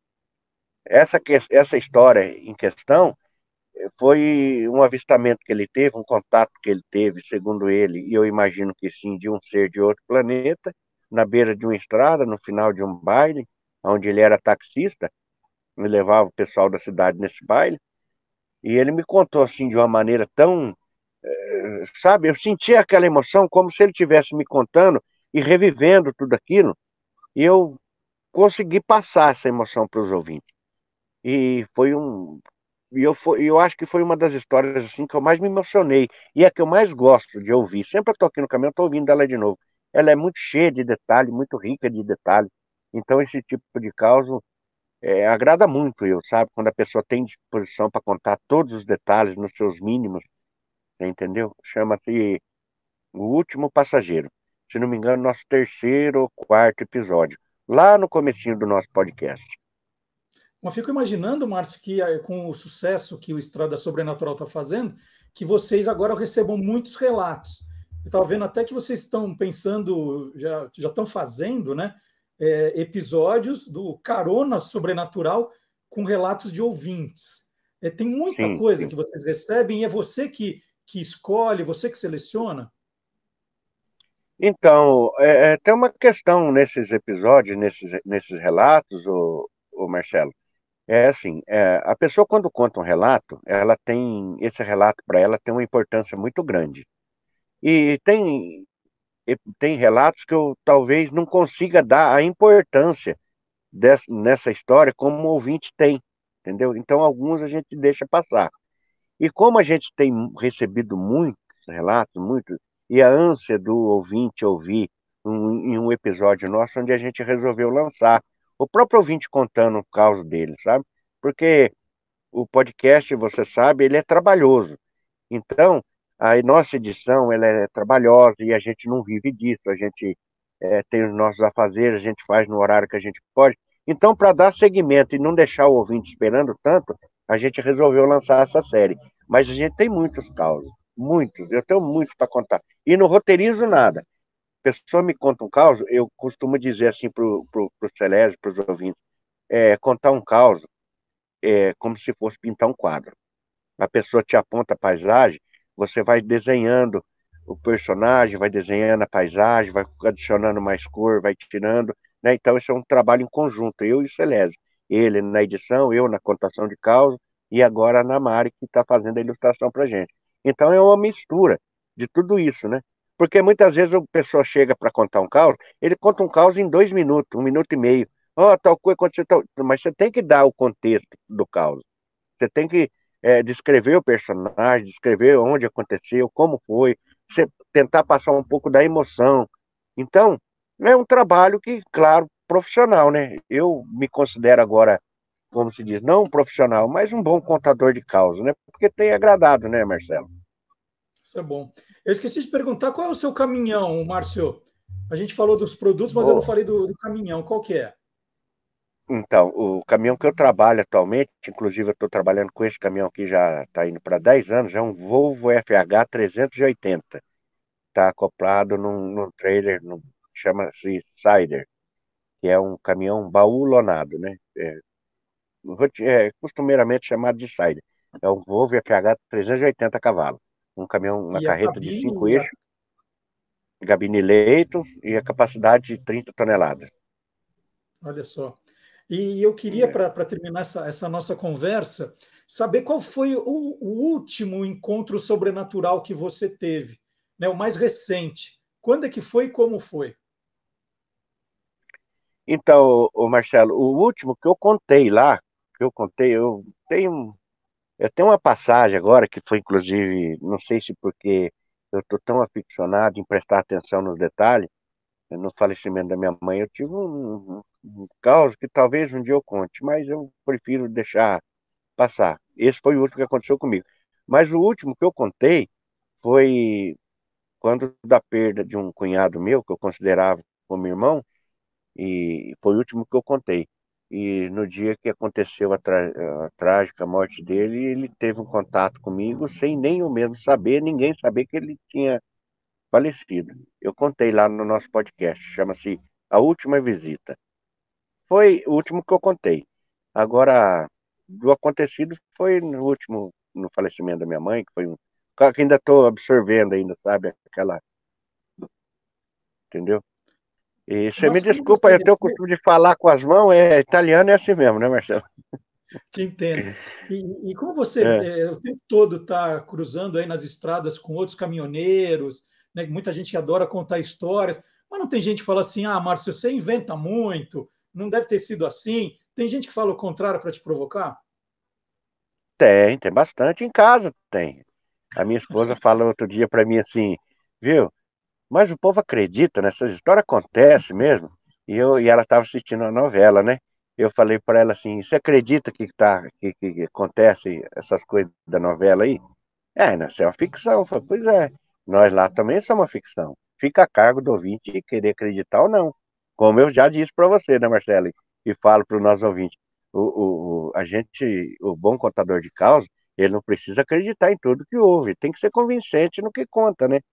essa história em questão, foi um avistamento que ele teve, um contato que ele teve, segundo ele, e eu imagino que sim, de um ser de outro planeta, na beira de uma estrada, no final de um baile, onde ele era taxista, me levava o pessoal da cidade nesse baile, e ele me contou assim de uma maneira tão, sabe, eu senti aquela emoção como se ele estivesse me contando e revivendo tudo aquilo, e eu consegui passar essa emoção para os ouvintes. E foi um. Eu acho que foi uma das histórias assim que eu mais me emocionei. E é a que eu mais gosto de ouvir. Sempre eu tô aqui no caminhão, estou ouvindo ela de novo. Ela é muito cheia de detalhe, muito rica de detalhe. Então, esse tipo de causa agrada muito eu, sabe? Quando a pessoa tem disposição para contar todos os detalhes nos seus mínimos, você entendeu? Chama-se O Último Passageiro. Se não me engano, nosso terceiro ou quarto episódio. Lá no comecinho do nosso podcast. Mas fico imaginando, Márcio, que com o sucesso que o Estrada Sobrenatural está fazendo, que vocês agora recebam muitos relatos. Eu estava vendo até que vocês estão pensando, já estão fazendo, né, episódios do Carona Sobrenatural com relatos de ouvintes. Tem muita Sim, coisa sim. que vocês recebem e é você que escolhe, você que seleciona? Então, tem uma questão nesses episódios, nesses relatos, o Marcelo. É assim, a pessoa quando conta um relato, esse relato para ela tem uma importância muito grande. E tem relatos que eu talvez não consiga dar a importância nessa história como o ouvinte tem, entendeu? Então, alguns a gente deixa passar. E como a gente tem recebido muitos relatos, muitos, e a ânsia do ouvinte ouvir em um episódio nosso, onde a gente resolveu lançar o próprio ouvinte contando o caos dele, sabe? Porque o podcast, você sabe, ele é trabalhoso. Então, a nossa edição, ela é trabalhosa e a gente não vive disso. A gente tem os nossos afazeres, a gente faz no horário que a gente pode. Então, para dar seguimento e não deixar o ouvinte esperando tanto, a gente resolveu lançar essa série. Mas a gente tem muitos causos, muitos. Eu tenho muitos para contar. E não roteirizo nada. A pessoa me conta um caos, eu costumo dizer assim para o Celésio, para os ouvintes, contar um caos como se fosse pintar um quadro. A pessoa te aponta a paisagem, você vai desenhando o personagem, vai desenhando a paisagem, vai adicionando mais cor, vai tirando, né? Então, isso é um trabalho em conjunto, eu e o Celésio. Ele na edição, eu na contação de causa, e agora a Ana Mari, que está fazendo a ilustração para gente. Então, é uma mistura de tudo isso, né? Porque muitas vezes a pessoa chega para contar um caos, ele conta um caos em 2 minutos, 1 minuto e meio. Oh, tal coisa aconteceu, tal... Mas você tem que dar o contexto do caos. Você tem que descrever o personagem, descrever onde aconteceu, como foi, você tentar passar um pouco da emoção. Então, é um trabalho que, claro, profissional, né? Eu me considero agora, como se diz, não um profissional, mas um bom contador de causa, né? Porque tem agradado, né, Marcelo? Isso é bom. Eu esqueci de perguntar qual é o seu caminhão, Márcio. A gente falou dos produtos, mas eu não Oh, falei do caminhão. Qual que é? então, o caminhão que eu trabalho atualmente, inclusive eu estou trabalhando com esse caminhão que já está indo para 10 anos, é um Volvo FH 380. Está acoplado num trailer, chama-se Sider, que é um caminhão baú lonado, né? Costumeiramente chamado de Sider. É um Volvo FH 380 cavalos. Um caminhão, uma E a carreta de cabine, 5 eixos, gabine leito e a capacidade de 30 toneladas. olha só. E eu queria, para terminar essa nossa conversa, saber qual foi o último encontro sobrenatural que você teve, né? O mais recente. Quando é que foi e como foi? Então, o Marcelo, o último que eu contei lá, eu tenho uma passagem agora que foi, inclusive, não sei se porque eu estou tão aficionado em prestar atenção nos detalhes, no falecimento da minha mãe, eu tive um caos que talvez um dia eu conte, mas eu prefiro deixar passar. Esse foi o último que aconteceu comigo. Mas o último que eu contei foi quando da perda de um cunhado meu, que eu considerava como irmão, e foi o último que eu contei. E no dia que aconteceu a trágica morte dele, ele teve um contato comigo sem nem eu mesmo saber, ninguém saber que ele tinha falecido. Eu contei lá no nosso podcast, chama-se A Última Visita. Foi o último que eu contei. Agora, do acontecido foi no falecimento da minha mãe, que foi que ainda estou absorvendo ainda, sabe? Entendeu? E você me Márcio, como desculpa, você eu tenho o costume de falar com as mãos, italiano é assim mesmo, né, Marcelo? te entendo? E como você É. o tempo todo está cruzando aí nas estradas com outros caminhoneiros, né? Muita gente que adora contar histórias, mas não tem gente que fala assim: ah, Márcio, você inventa muito, não deve ter sido assim. Tem gente que fala o contrário para te provocar? Tem bastante em casa, tem. A minha esposa falou outro dia para mim assim, viu? Mas o povo acredita nessas histórias, acontece mesmo. E ela estava assistindo a novela, né? Eu falei para ela assim, você acredita que acontece essas coisas da novela aí? Né, isso é uma ficção. Eu falei, pois é, nós lá também somos uma ficção. Fica a cargo do ouvinte de querer acreditar ou não. Como eu já disse para você, né, Marcelo? E falo para os nossos ouvintes. O bom contador de causa, ele não precisa acreditar em tudo que ouve, tem que ser convincente no que conta, né?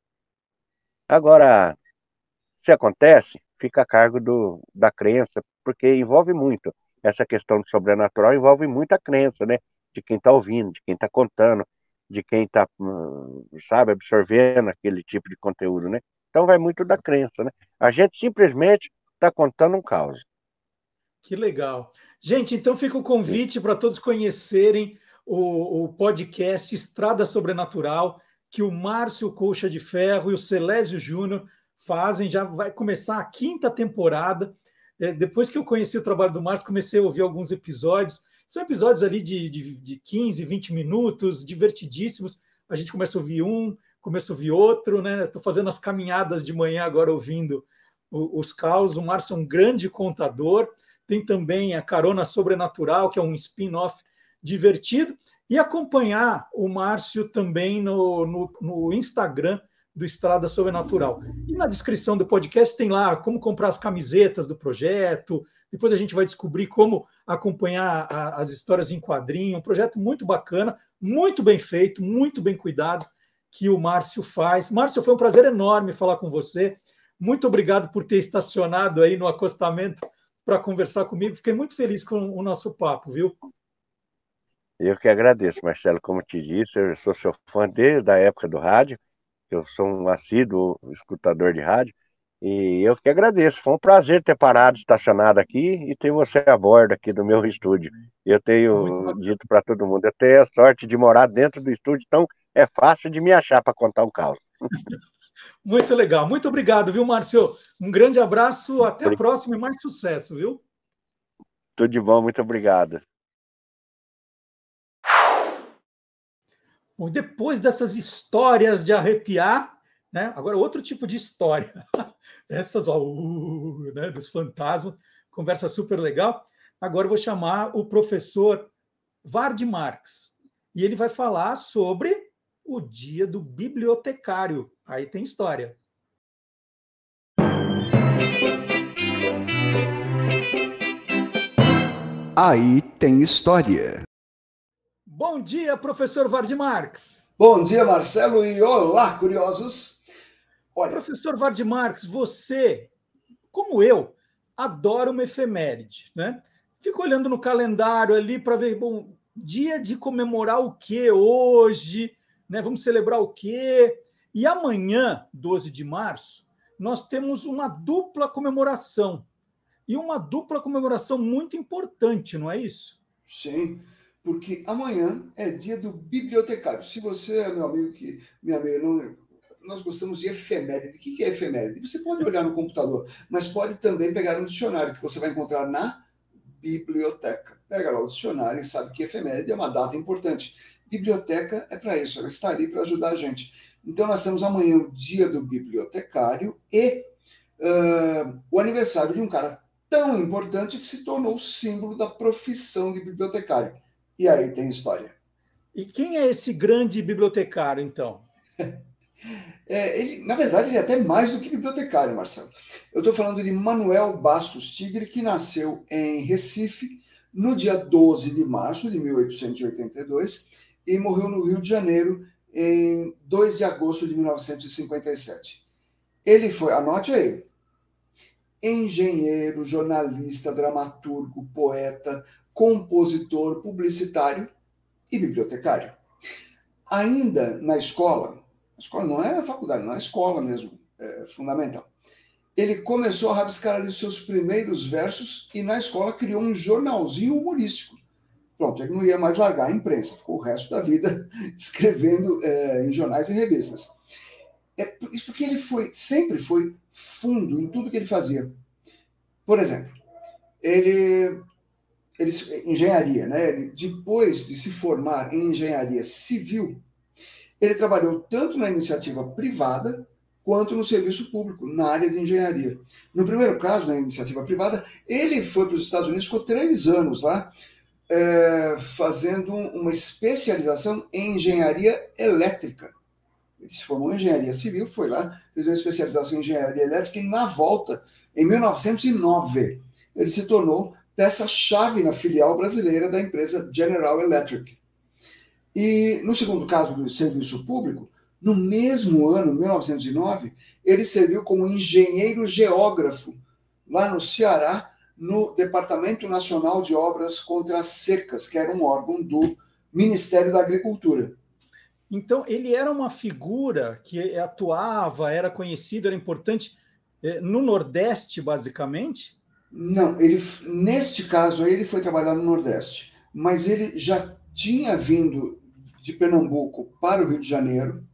Agora, se acontece, fica a cargo da crença, porque envolve muito. Essa questão do sobrenatural envolve muita crença, né? De quem está ouvindo, de quem está contando, de quem está, sabe, absorvendo aquele tipo de conteúdo, né? Então vai muito da crença, né? A gente simplesmente está contando um caos. Que legal. Gente, então fica o convite para todos conhecerem o podcast Estrada Sobrenatural, que o Márcio Colcha de Ferro e o Celésio Júnior fazem. Já vai começar a 5ª temporada. Depois que eu conheci o trabalho do Márcio, comecei a ouvir alguns episódios. São episódios ali de 15, 20 minutos, divertidíssimos. A gente começa a ouvir um, começa a ouvir outro, né? Estou fazendo as caminhadas de manhã agora ouvindo os caos. O Márcio é um grande contador. Tem também a Carona Sobrenatural, que é um spin-off divertido. E acompanhar o Márcio também no Instagram do Estrada Sobrenatural. E na descrição do podcast tem lá como comprar as camisetas do projeto. Depois a gente vai descobrir como acompanhar as histórias em quadrinho. Um projeto muito bacana, muito bem feito, muito bem cuidado, que o Márcio faz. Márcio, foi um prazer enorme falar com você. Muito obrigado por ter estacionado aí no acostamento para conversar comigo. Fiquei muito feliz com o nosso papo, viu? Eu que agradeço, Marcelo. Como te disse, eu sou seu fã desde a época do rádio. Eu sou um assíduo escutador de rádio. E eu que agradeço. Foi um prazer ter parado, estacionado aqui e ter você a bordo aqui do meu estúdio. Eu tenho dito para todo mundo, eu tenho a sorte de morar dentro do estúdio, então é fácil de me achar para contar um caos. Muito legal. Muito obrigado, viu, Márcio? Um grande abraço, até a próxima e mais sucesso, viu? Tudo de bom, muito obrigado. Bom, depois dessas histórias de arrepiar, né? Agora outro tipo de história. Essas, né, dos fantasmas, conversa super legal. Agora eu vou chamar o professor Ward Marx. E ele vai falar sobre o Dia do Bibliotecário. Aí tem história. Aí tem história. Bom dia, professor Ward Marx. Bom dia, Marcelo, e olá, curiosos. Olha, professor Ward Marx, você, como eu, adora uma efeméride, né? Fico olhando no calendário ali para ver, bom, dia de comemorar o quê hoje, né? Vamos celebrar o quê? E amanhã, 12 de março, nós temos uma dupla comemoração. E uma dupla comemoração muito importante, não é isso? Sim, porque amanhã é dia do bibliotecário. Se você é meu amigo, minha amiga, nós gostamos de efeméride. O que é efeméride? Você pode olhar no computador, mas pode também pegar um dicionário que você vai encontrar na biblioteca. Pega lá o dicionário e sabe que efeméride é uma data importante. Biblioteca é para isso, ela está ali para ajudar a gente. Então nós temos amanhã o dia do bibliotecário e o aniversário de um cara tão importante que se tornou símbolo da profissão de bibliotecário. E aí tem história. E quem é esse grande bibliotecário, então? Na verdade, ele é até mais do que bibliotecário, Marcelo. Eu estou falando de Manuel Bastos Tigre, que nasceu em Recife no dia 12 de março de 1882 e morreu no Rio de Janeiro em 2 de agosto de 1957. Ele foi, anote aí, engenheiro, jornalista, dramaturgo, poeta, compositor, publicitário e bibliotecário. Ainda na escola não é a faculdade, não é a escola mesmo, é fundamental. Ele começou a rabiscar ali os seus primeiros versos e na escola criou um jornalzinho humorístico. Pronto, ele não ia mais largar a imprensa, ficou o resto da vida escrevendo em jornais e revistas. Isso porque ele sempre foi fundo em tudo que ele fazia. Por exemplo, ele engenharia, né? Depois de se formar em engenharia civil, ele trabalhou tanto na iniciativa privada quanto no serviço público, na área de engenharia. No primeiro caso, na iniciativa privada, ele foi para os Estados Unidos, ficou 3 anos lá, fazendo uma especialização em engenharia elétrica. Ele se formou em engenharia civil, foi lá, fez uma especialização em engenharia elétrica e, na volta, em 1909, ele se tornou peça-chave na filial brasileira da empresa General Electric. E no segundo caso do serviço público, no mesmo ano, 1909, ele serviu como engenheiro geógrafo lá no Ceará, no Departamento Nacional de Obras contra as Secas, que era um órgão do Ministério da Agricultura. Então, ele era uma figura que atuava, era conhecido, era importante no Nordeste, basicamente? Não, neste caso aí, ele foi trabalhar no Nordeste, mas ele já tinha vindo de Pernambuco para o Rio de Janeiro,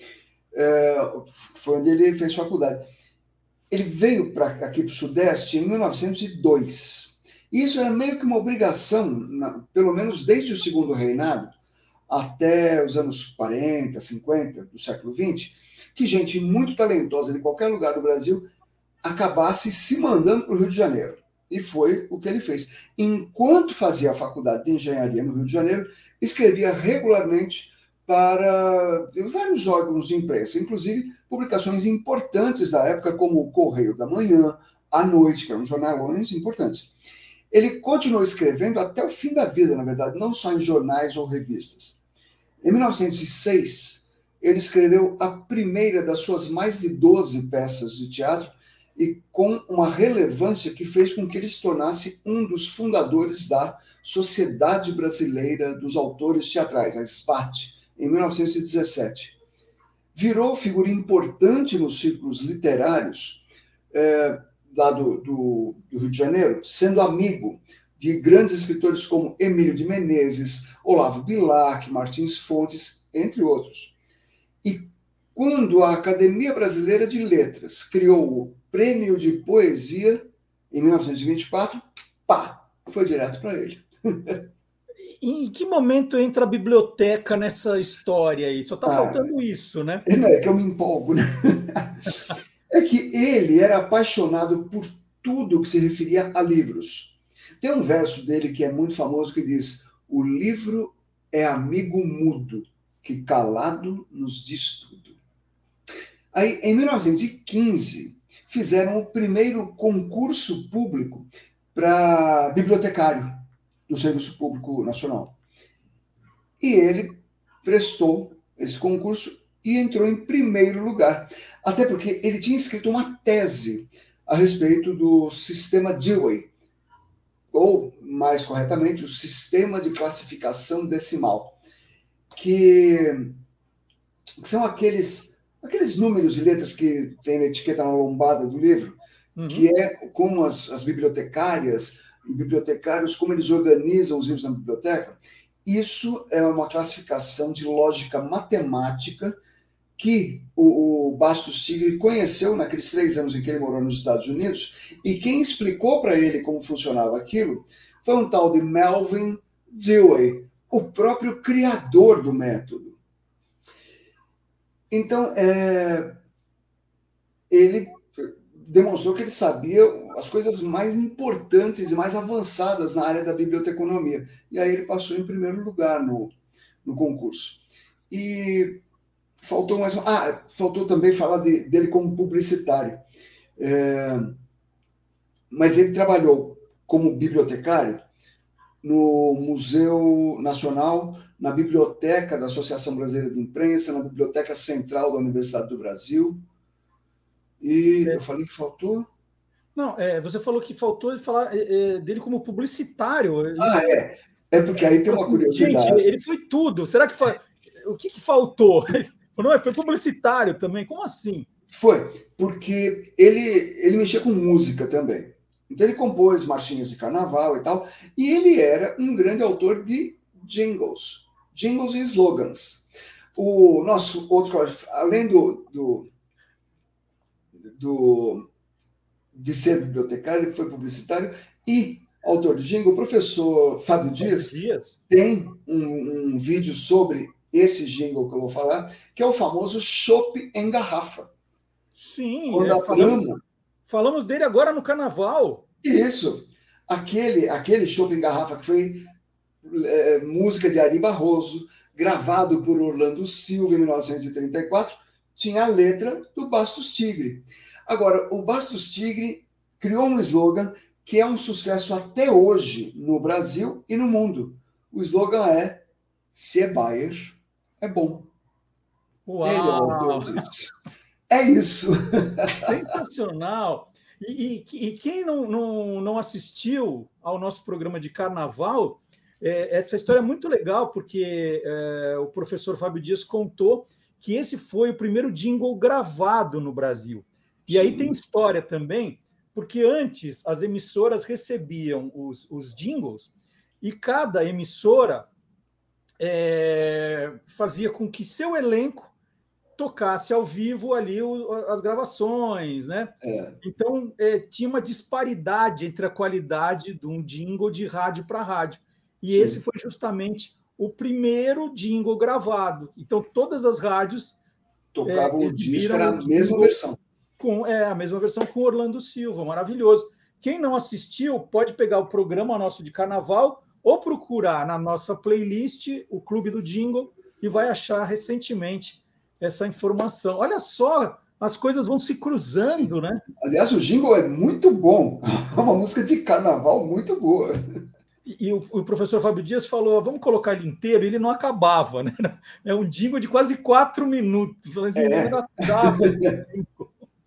foi onde ele fez faculdade. Ele veio aqui para o Sudeste em 1902. E isso era meio que uma obrigação, pelo menos desde o Segundo Reinado, até os anos 40, 50 do século XX, que gente muito talentosa de qualquer lugar do Brasil acabasse se mandando para o Rio de Janeiro. E foi o que ele fez. Enquanto fazia a faculdade de engenharia no Rio de Janeiro, escrevia regularmente para vários órgãos de imprensa, inclusive publicações importantes da época, como o Correio da Manhã, A Noite, que eram jornalões importantes. Ele continuou escrevendo até o fim da vida, na verdade, não só em jornais ou revistas. Em 1906, ele escreveu a primeira das suas mais de 12 peças de teatro, e com uma relevância que fez com que ele se tornasse um dos fundadores da Sociedade Brasileira dos Autores Teatrais, a SBAT, em 1917. Virou figura importante nos círculos literários lá do Rio de Janeiro, sendo amigo de grandes escritores como Emílio de Menezes, Olavo Bilac, Martins Fontes, entre outros. E quando a Academia Brasileira de Letras criou o Prêmio de Poesia, em 1924, foi direto para ele. Em que momento entra a biblioteca nessa história aí? Só está faltando isso, né? É que eu me empolgo, né? É que ele era apaixonado por tudo que se referia a livros. Tem um verso dele que é muito famoso que diz: o livro é amigo mudo, que calado nos diz tudo. Aí, em 1915, fizeram o primeiro concurso público para bibliotecário do Serviço Público Nacional. E ele prestou esse concurso e entrou em primeiro lugar. Até porque ele tinha escrito uma tese a respeito do sistema Dewey, ou, mais corretamente, o sistema de classificação decimal, que são aqueles números e letras que tem na etiqueta na lombada do livro, que é como as bibliotecárias e bibliotecários, como eles organizam os livros na biblioteca. Isso é uma classificação de lógica matemática que o Bastos Tigre conheceu naqueles 3 anos em que ele morou nos Estados Unidos, e quem explicou para ele como funcionava aquilo foi um tal de Melvin Dewey, o próprio criador do método. Então, ele demonstrou que ele sabia as coisas mais importantes e mais avançadas na área da biblioteconomia. E aí ele passou em primeiro lugar no concurso. E faltou mais faltou também falar dele como publicitário. Mas ele trabalhou como bibliotecário no Museu Nacional, na Biblioteca da Associação Brasileira de Imprensa, na Biblioteca Central da Universidade do Brasil. E eu falei que faltou? Não, você falou que faltou falar dele como publicitário. É porque aí tem uma curiosidade. Gente, ele foi tudo. Será que foi... O que faltou? Não, foi publicitário também. Como assim? Foi, porque ele mexia com música também. Então ele compôs marchinhas de carnaval e tal. E ele era um grande autor de jingles e slogans. O nosso outro, além de ser bibliotecário, ele foi publicitário e autor de jingle. O professor Fábio Dias tem um vídeo sobre esse jingle que eu vou falar, que é o famoso chopp em garrafa. Sim, falamos dele agora no Carnaval. Isso. Aquele chopp em garrafa que foi música de Ari Barroso, gravado por Orlando Silva em 1934, tinha a letra do Bastos Tigre. Agora, o Bastos Tigre criou um slogan que é um sucesso até hoje no Brasil e no mundo. O slogan é: se é Bayer, é bom. Uau! Ele é o autor disso. É isso. Sensacional! E quem não assistiu ao nosso programa de carnaval, essa história é muito legal, porque o professor Fábio Dias contou que esse foi o primeiro jingle gravado no Brasil. E aí tem história também, porque antes as emissoras recebiam os jingles e cada emissora fazia com que seu elenco tocasse ao vivo ali as gravações, né? Então, tinha uma disparidade entre a qualidade de um jingle de rádio para rádio. E esse foi justamente o primeiro jingle gravado. Então, todas as rádios tocavam o disco, era a mesma versão. A mesma versão com Orlando Silva, maravilhoso. Quem não assistiu, pode pegar o programa nosso de carnaval ou procurar na nossa playlist o Clube do Jingle e vai achar recentemente essa informação. Olha só, as coisas vão se cruzando, né? Aliás, o jingle é muito bom. É uma música de carnaval muito boa. E o professor Fábio Dias falou, vamos colocar ele inteiro, e ele não acabava, né? É um jingle de quase 4 minutos. Falei assim, não acaba esse jingle.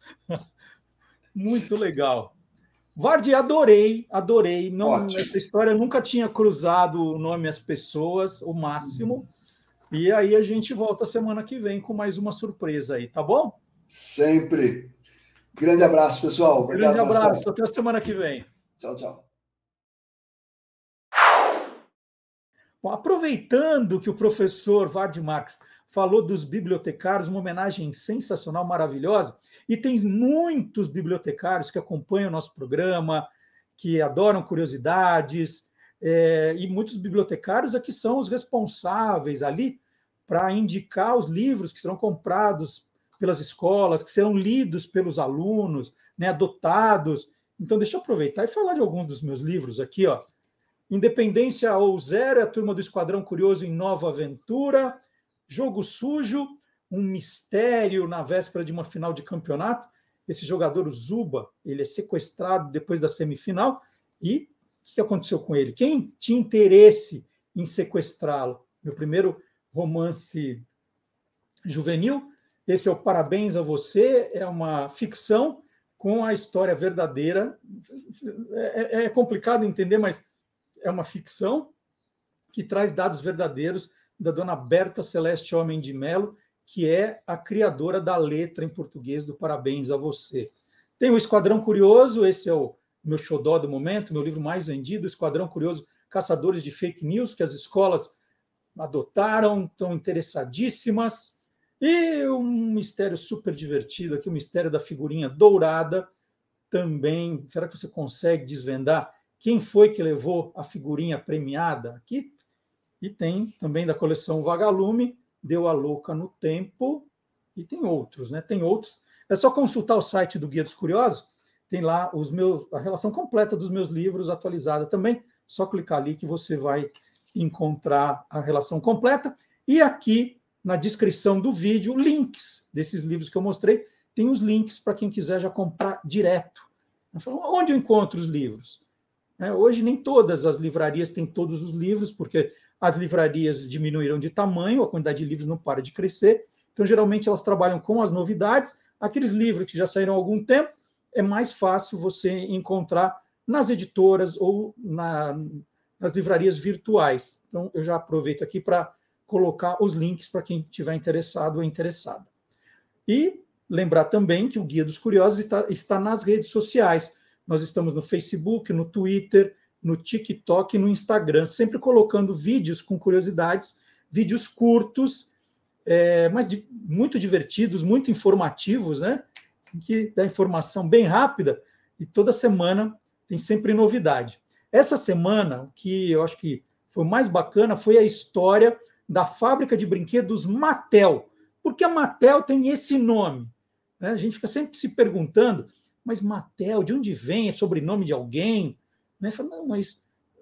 Muito legal. Vardy, adorei. Essa história eu nunca tinha cruzado o nome às pessoas, o máximo. E aí a gente volta semana que vem com mais uma surpresa aí, tá bom? Sempre. Grande abraço, pessoal. Obrigado, grande abraço, Marcelo. Até a semana que vem. Tchau, tchau. Bom, aproveitando que o professor Vardy Marx falou dos bibliotecários, uma homenagem sensacional, maravilhosa, e tem muitos bibliotecários que acompanham o nosso programa, que adoram curiosidades, e muitos bibliotecários aqui são os responsáveis ali para indicar os livros que serão comprados pelas escolas, que serão lidos pelos alunos, né, adotados. Então, deixa eu aproveitar e falar de alguns dos meus livros aqui, ó. Independência ou Zero, é a Turma do Esquadrão Curioso em Nova Aventura. Jogo Sujo, um mistério na véspera de uma final de campeonato. Esse jogador, o Zuba, ele é sequestrado depois da semifinal. E o que aconteceu com ele? Quem tinha interesse em sequestrá-lo? Meu primeiro romance juvenil. Esse é o Parabéns a Você, é uma ficção com a história verdadeira. É complicado entender, mas é uma ficção que traz dados verdadeiros da dona Berta Celeste Homem de Melo, que é a criadora da letra em português do Parabéns a Você. Tem o Esquadrão Curioso, esse é o meu xodó do momento, meu livro mais vendido, Esquadrão Curioso, Caçadores de Fake News, que as escolas adotaram, estão interessadíssimas. E um mistério super divertido aqui, o mistério da figurinha dourada, também. Será que você consegue desvendar quem foi que levou a figurinha premiada aqui? E tem também da coleção Vagalume, Deu a Louca no Tempo, e tem outros, né? Tem outros. É só consultar o site do Guia dos Curiosos, tem lá a relação completa dos meus livros, atualizada também. Só clicar ali que você vai encontrar a relação completa. E aqui, na descrição do vídeo, links desses livros que eu mostrei, tem os links para quem quiser já comprar direto. Onde eu encontro os livros? Hoje nem todas as livrarias têm todos os livros, porque as livrarias diminuíram de tamanho, a quantidade de livros não para de crescer, então geralmente elas trabalham com as novidades. Aqueles livros que já saíram há algum tempo, é mais fácil você encontrar nas editoras ou nas livrarias virtuais. Então eu já aproveito aqui para colocar os links para quem estiver interessado ou interessada. E lembrar também que o Guia dos Curiosos está nas redes sociais. Nós estamos no Facebook, no Twitter, no TikTok e no Instagram, sempre colocando vídeos com curiosidades, vídeos curtos, mas muito divertidos, muito informativos, né? Que dá informação bem rápida, e toda semana tem sempre novidade. Essa semana, o que eu acho que foi mais bacana foi a história da fábrica de brinquedos Mattel. Por que a Mattel tem esse nome? A gente fica sempre se perguntando, mas Mattel, de onde vem? É sobrenome de alguém? Fala, não, mas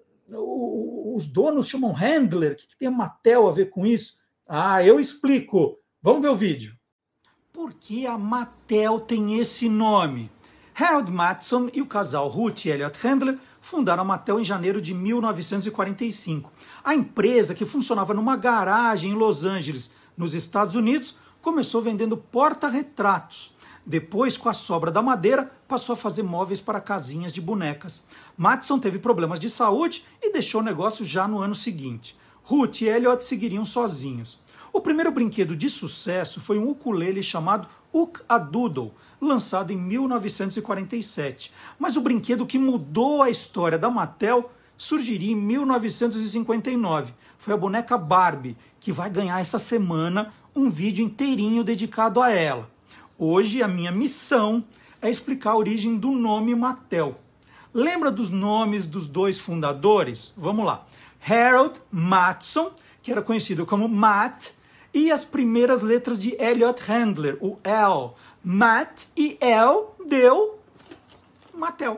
os donos chamam Handler, o que tem a Mattel a ver com isso? Eu explico. Vamos ver o vídeo. Por que a Mattel tem esse nome? Harold Matson e o casal Ruth e Elliot Handler fundaram a Mattel em janeiro de 1945. A empresa, que funcionava numa garagem em Los Angeles, nos Estados Unidos, começou vendendo porta-retratos. Depois, com a sobra da madeira, passou a fazer móveis para casinhas de bonecas. Matson teve problemas de saúde e deixou o negócio já no ano seguinte. Ruth e Elliot seguiriam sozinhos. O primeiro brinquedo de sucesso foi um ukulele chamado Uk-a-Doodle, lançado em 1947. Mas o brinquedo que mudou a história da Mattel surgiria em 1959. Foi a boneca Barbie, que vai ganhar essa semana um vídeo inteirinho dedicado a ela. Hoje a minha missão é explicar a origem do nome Mattel. Lembra dos nomes dos dois fundadores? Vamos lá. Harold Matson, que era conhecido como Matt, e as primeiras letras de Elliot Handler, o L. Matt e L deu Mattel.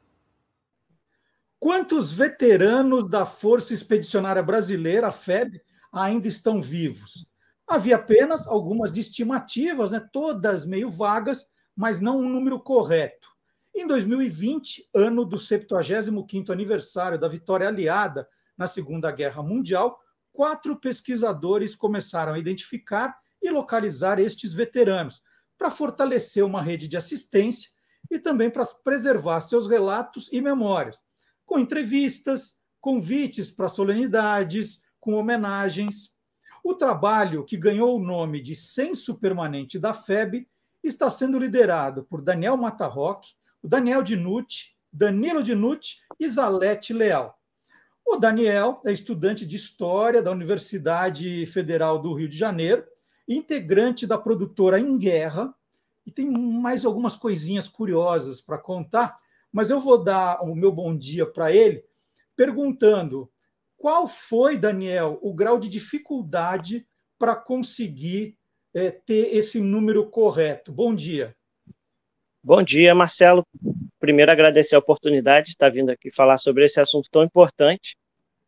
Quantos veteranos da Força Expedicionária Brasileira, a FEB, ainda estão vivos? Havia apenas algumas estimativas, todas meio vagas, mas não um número correto. Em 2020, ano do 75º aniversário da vitória aliada na Segunda Guerra Mundial, 4 pesquisadores começaram a identificar e localizar estes veteranos, para fortalecer uma rede de assistência e também para preservar seus relatos e memórias, com entrevistas, convites para solenidades, com homenagens. O trabalho, que ganhou o nome de Censo Permanente da FEB, está sendo liderado por Daniel Matarroque, Daniel Dinucci, Danilo Dinucci e Zalete Leal. O Daniel é estudante de História da Universidade Federal do Rio de Janeiro, integrante da produtora Em Guerra, e tem mais algumas coisinhas curiosas para contar, mas eu vou dar o meu bom dia para ele, perguntando qual foi, Daniel, o grau de dificuldade para conseguir ter esse número correto. Bom dia. Bom dia, Marcelo. Primeiro, agradecer a oportunidade de estar vindo aqui falar sobre esse assunto tão importante.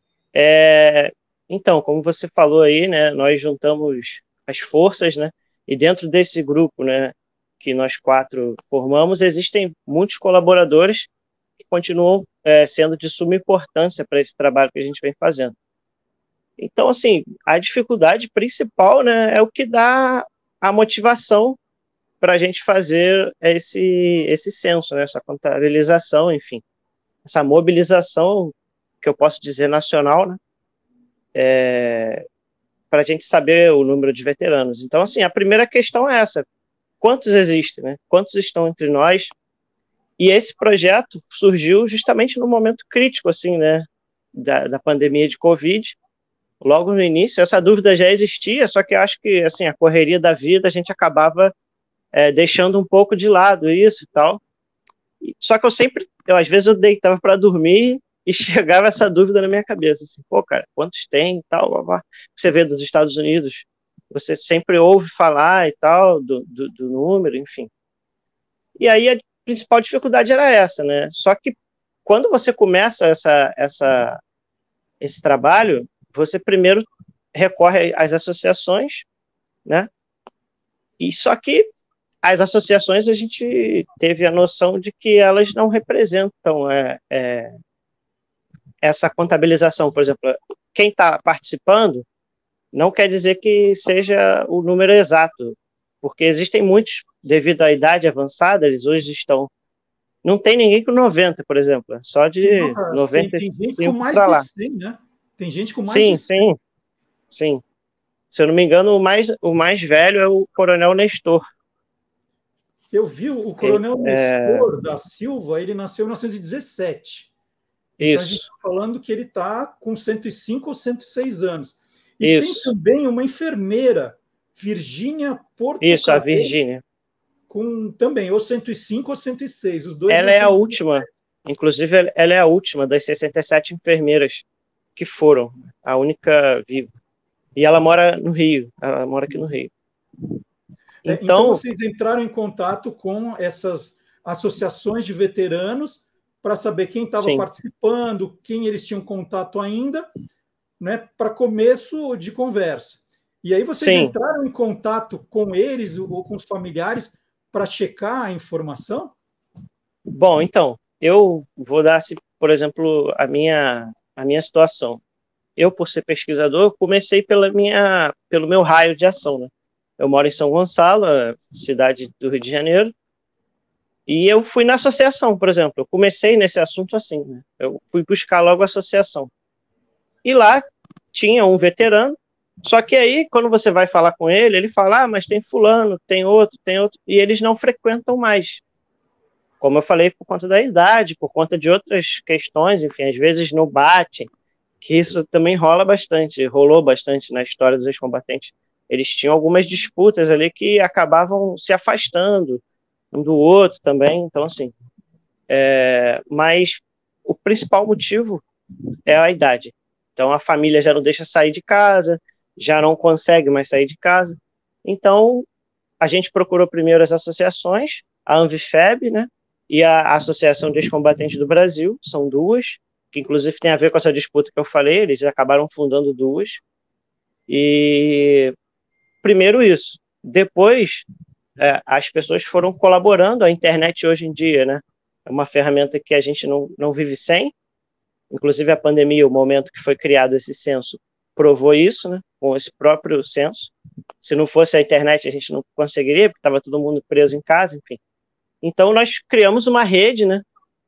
Então, como você falou aí, nós juntamos as forças, e dentro desse grupo, que nós 4 formamos, existem muitos colaboradores que continuam sendo de suma importância para esse trabalho que a gente vem fazendo. Então, assim, a dificuldade principal, é o que dá a motivação para a gente fazer esse censo, essa contabilização, enfim, essa mobilização, que eu posso dizer nacional, para a gente saber o número de veteranos. Então, assim, a primeira questão é essa: quantos existem, Quantos estão entre nós? E esse projeto surgiu justamente no momento crítico, assim, da pandemia de Covid. Logo no início, essa dúvida já existia, só que eu acho que, assim, a correria da vida, a gente acabava deixando um pouco de lado isso e tal. Só que às vezes eu deitava para dormir e chegava essa dúvida na minha cabeça, assim, cara, quantos tem e tal, blá, blá. Você vê dos Estados Unidos, você sempre ouve falar e tal, do número, enfim. E aí a principal dificuldade era essa, Só que quando você começa esse trabalho, você primeiro recorre às associações, E só que as associações, a gente teve a noção de que elas não representam essa contabilização. Por exemplo, quem está participando não quer dizer que seja o número exato, porque existem muitos, devido à idade avançada, eles hoje estão... Não tem ninguém com 90, por exemplo, só de 95 tem gente com mais para lá. de 100, Tem gente com mais de 100. Sim. Se eu não me engano, o mais velho é o Coronel Nestor. Eu vi o Coronel Nestor da Silva, ele nasceu em 1917. Então, Isso. a gente está falando que ele está com 105 ou 106 anos. E tem também uma enfermeira, Virgínia Porto. Isso, a Virgínia. Com também, ou 105 ou 106. Os dois. Ela é a última. Inclusive, ela é a última das 67 enfermeiras que foram, a única viva. E ela mora no Rio. Ela mora aqui no Rio. Então, vocês entraram em contato com essas associações de veteranos para saber quem estava participando, quem eles tinham contato ainda, para começo de conversa. E aí vocês entraram em contato com eles ou com os familiares para checar a informação? Bom, então, eu vou dar, por exemplo, a minha situação. Eu, por ser pesquisador, comecei pelo meu raio de ação, né? Eu moro em São Gonçalo, cidade do Rio de Janeiro, e eu fui na associação, por exemplo. Eu comecei nesse assunto assim, né? Eu fui buscar logo a associação. E lá tinha um veterano, só que aí, quando você vai falar com ele, ele fala, mas tem fulano, tem outro, e eles não frequentam mais. Como eu falei, por conta da idade, por conta de outras questões, enfim, às vezes não batem, que isso também rolou bastante na história dos ex-combatentes. Eles tinham algumas disputas ali que acabavam se afastando um do outro também, então assim, mas o principal motivo é a idade. Então a família já não deixa sair de casa, já não consegue mais sair de casa. Então a gente procurou primeiro as associações, a Anvifeb, né, e a Associação de Ex-Combatentes do Brasil, são duas, que inclusive tem a ver com essa disputa que eu falei, eles acabaram fundando duas. E primeiro isso. Depois, as pessoas foram colaborando. A internet hoje em dia, né, é uma ferramenta que a gente não vive sem. Inclusive a pandemia, o momento que foi criado esse censo, provou isso, né, com esse próprio censo. Se não fosse a internet, a gente não conseguiria, porque estava todo mundo preso em casa, enfim. Então, nós criamos uma rede, né,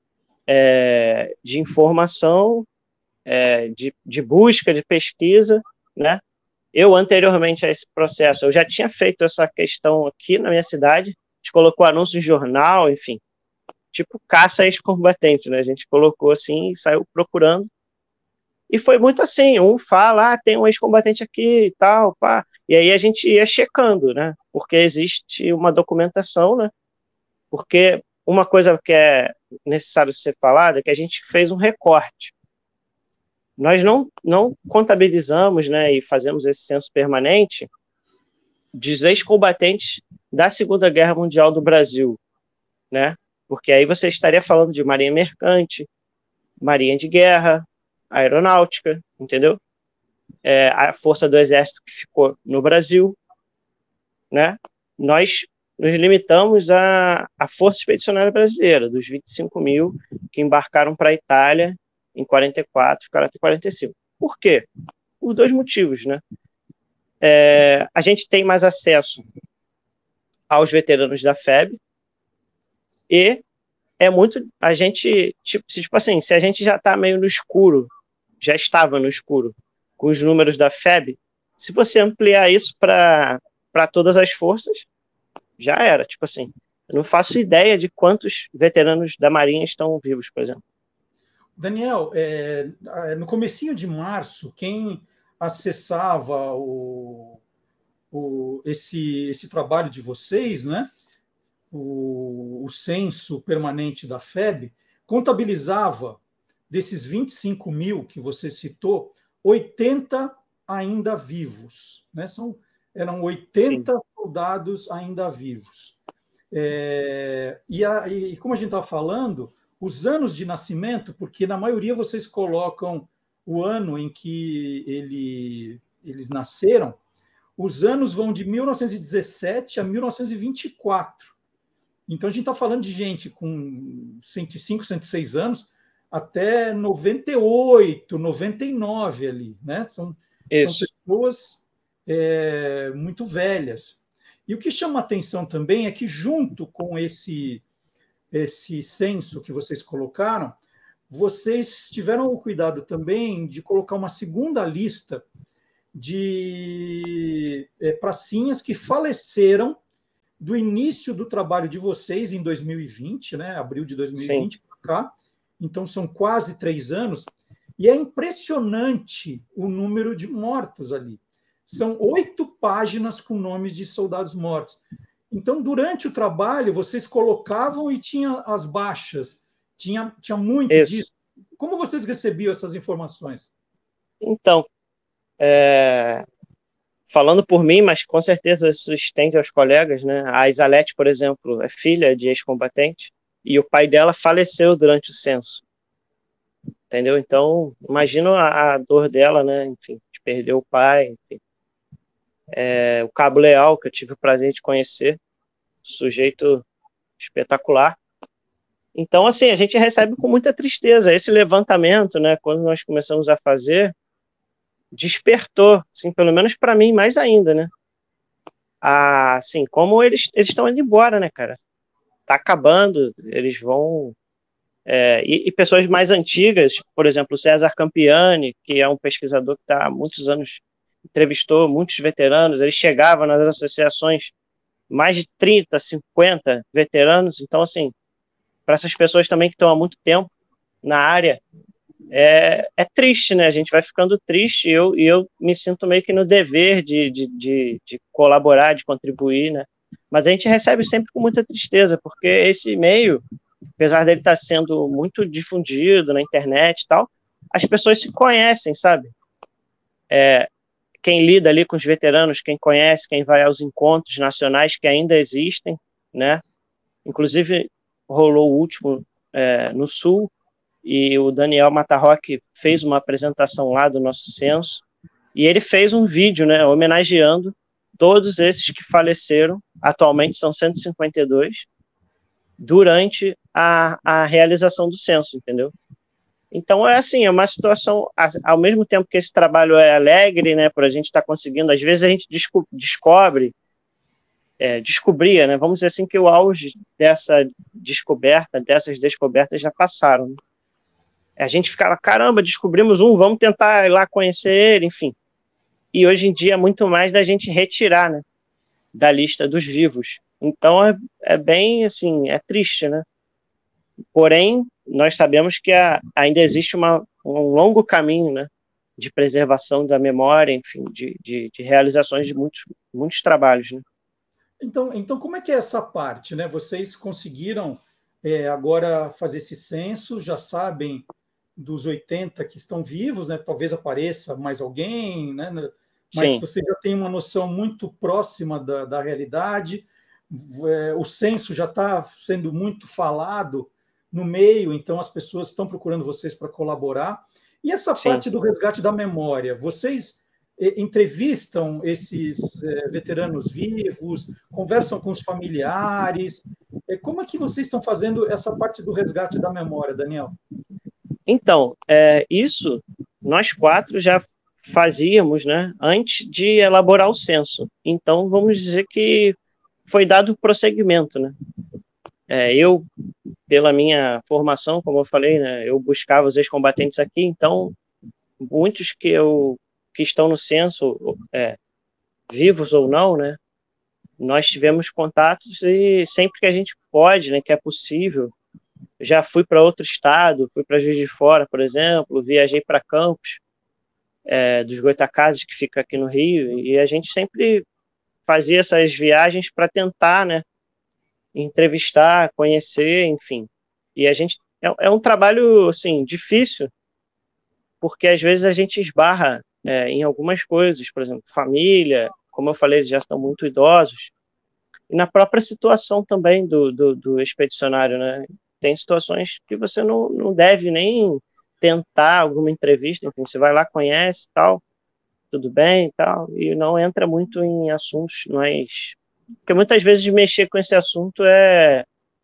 de informação, de busca, de pesquisa, né. Eu, anteriormente a esse processo, eu já tinha feito essa questão aqui na minha cidade, a gente colocou anúncio em jornal, enfim, tipo caça ex-combatente, né? A gente colocou assim e saiu procurando. E foi muito assim, um fala, tem um ex-combatente aqui e tal, pá. E aí a gente ia checando, né? Porque existe uma documentação, né? Porque uma coisa que é necessário ser falada é que a gente fez um recorte. Nós não contabilizamos, né, e fazemos esse censo permanente dos ex-combatentes da Segunda Guerra Mundial do Brasil, né? Porque aí você estaria falando de marinha mercante, marinha de guerra, aeronáutica, entendeu? A força do exército que ficou no Brasil, né? Nós nos limitamos à Força Expedicionária Brasileira, dos 25 mil que embarcaram para a Itália em 44, ficaram até 45. Por quê? Por dois motivos, né? A gente tem mais acesso aos veteranos da FEB e a gente, tipo assim, se a gente já está meio no escuro, já estava no escuro com os números da FEB, se você ampliar isso para todas as forças, já era, tipo assim, eu não faço ideia de quantos veteranos da Marinha estão vivos, por exemplo. Daniel, no comecinho de março, quem acessava esse trabalho de vocês, né, o censo permanente da FEB, contabilizava desses 25 mil que você citou, 80 ainda vivos, né? Eram 80 Sim. soldados ainda vivos. E como a gente estava falando, os anos de nascimento, porque na maioria vocês colocam o ano em que eles nasceram, os anos vão de 1917 a 1924. Então a gente está falando de gente com 105, 106 anos até 98, 99 ali, né? São pessoas muito velhas. E o que chama a atenção também é que, junto com esse censo que vocês colocaram, vocês tiveram o cuidado também de colocar uma segunda lista de pracinhas que faleceram do início do trabalho de vocês em 2020, né? Abril de 2020 para cá. Então, são quase 3 anos. E é impressionante o número de mortos ali. São 8 páginas com nomes de soldados mortos. Então, durante o trabalho, vocês colocavam e tinha as baixas. Tinha muito disso. Como vocês recebiam essas informações? Então, falando por mim, mas com certeza isso estende aos colegas, né? A Isalete, por exemplo, é filha de ex-combatente e o pai dela faleceu durante o censo. Entendeu? Então, imagina a dor dela, né? Enfim, de perder o pai. Enfim. O Cabo Leal, que eu tive o prazer de conhecer, sujeito espetacular. Então, assim, a gente recebe com muita tristeza. Esse levantamento, né, quando nós começamos a fazer, despertou, assim, pelo menos para mim, mais ainda, né? Assim, como eles estão indo embora, né, cara? Tá acabando, eles vão... e pessoas mais antigas, por exemplo, o César Campiani, que é um pesquisador que está há muitos anos, entrevistou muitos veteranos, ele chegava nas associações, mais de 30, 50 veteranos. Então, assim, para essas pessoas também que estão há muito tempo na área, é triste, né? A gente vai ficando triste e eu me sinto meio que no dever de colaborar, de contribuir, né? Mas a gente recebe sempre com muita tristeza, porque esse e-mail, apesar dele estar sendo muito difundido na internet e tal, as pessoas se conhecem, sabe? Quem lida ali com os veteranos, quem conhece, quem vai aos encontros nacionais que ainda existem, né? Inclusive, rolou o último no Sul, e o Daniel Matarroque fez uma apresentação lá do nosso censo, e ele fez um vídeo, né, homenageando todos esses que faleceram, atualmente são 152, durante a realização do censo, entendeu? Então, assim, é uma situação, ao mesmo tempo que esse trabalho é alegre, né, por a gente estar conseguindo, às vezes a gente descobria, né, vamos dizer assim, que o auge dessas descobertas já passaram, né? A gente ficava, caramba, descobrimos um, vamos tentar ir lá conhecer ele, enfim. E hoje em dia é muito mais da gente retirar, né, da lista dos vivos. Então é bem, assim, é triste, né? Porém, nós sabemos que ainda existe um longo caminho, né, de preservação da memória, enfim, de realizações de muitos trabalhos, né? Então, como é que é essa parte, né? Vocês conseguiram agora fazer esse censo, já sabem dos 80 que estão vivos, né? Talvez apareça mais alguém, né? Mas Sim. você já tem uma noção muito próxima da realidade. O censo já está sendo muito falado no meio, então as pessoas estão procurando vocês para colaborar. E essa parte do resgate da memória, vocês entrevistam esses veteranos vivos, conversam com os familiares. Como é que vocês estão fazendo essa parte do resgate da memória, Daniel? Então, isso nós 4 já fazíamos, né, antes de elaborar o censo. Então, vamos dizer que foi dado prosseguimento, né? Eu, pela minha formação, como eu falei, né, eu buscava os ex-combatentes aqui, então muitos que estão no censo, vivos ou não, né, nós tivemos contatos e sempre que a gente pode, né, que é possível, já fui para outro estado, fui para Juiz de Fora, por exemplo, viajei para Campos, dos Goitacazes, que fica aqui no Rio, e a gente sempre fazia essas viagens para tentar, né, entrevistar, conhecer, enfim. E a gente é um trabalho, assim, difícil, porque às vezes a gente esbarra em algumas coisas, por exemplo, família, como eu falei, eles já estão muito idosos, e na própria situação também do expedicionário, né? Tem situações que você não deve nem tentar alguma entrevista, enfim, você vai lá, conhece, tal, tudo bem, tal, e não entra muito em assuntos mais... Porque muitas vezes mexer com esse assunto é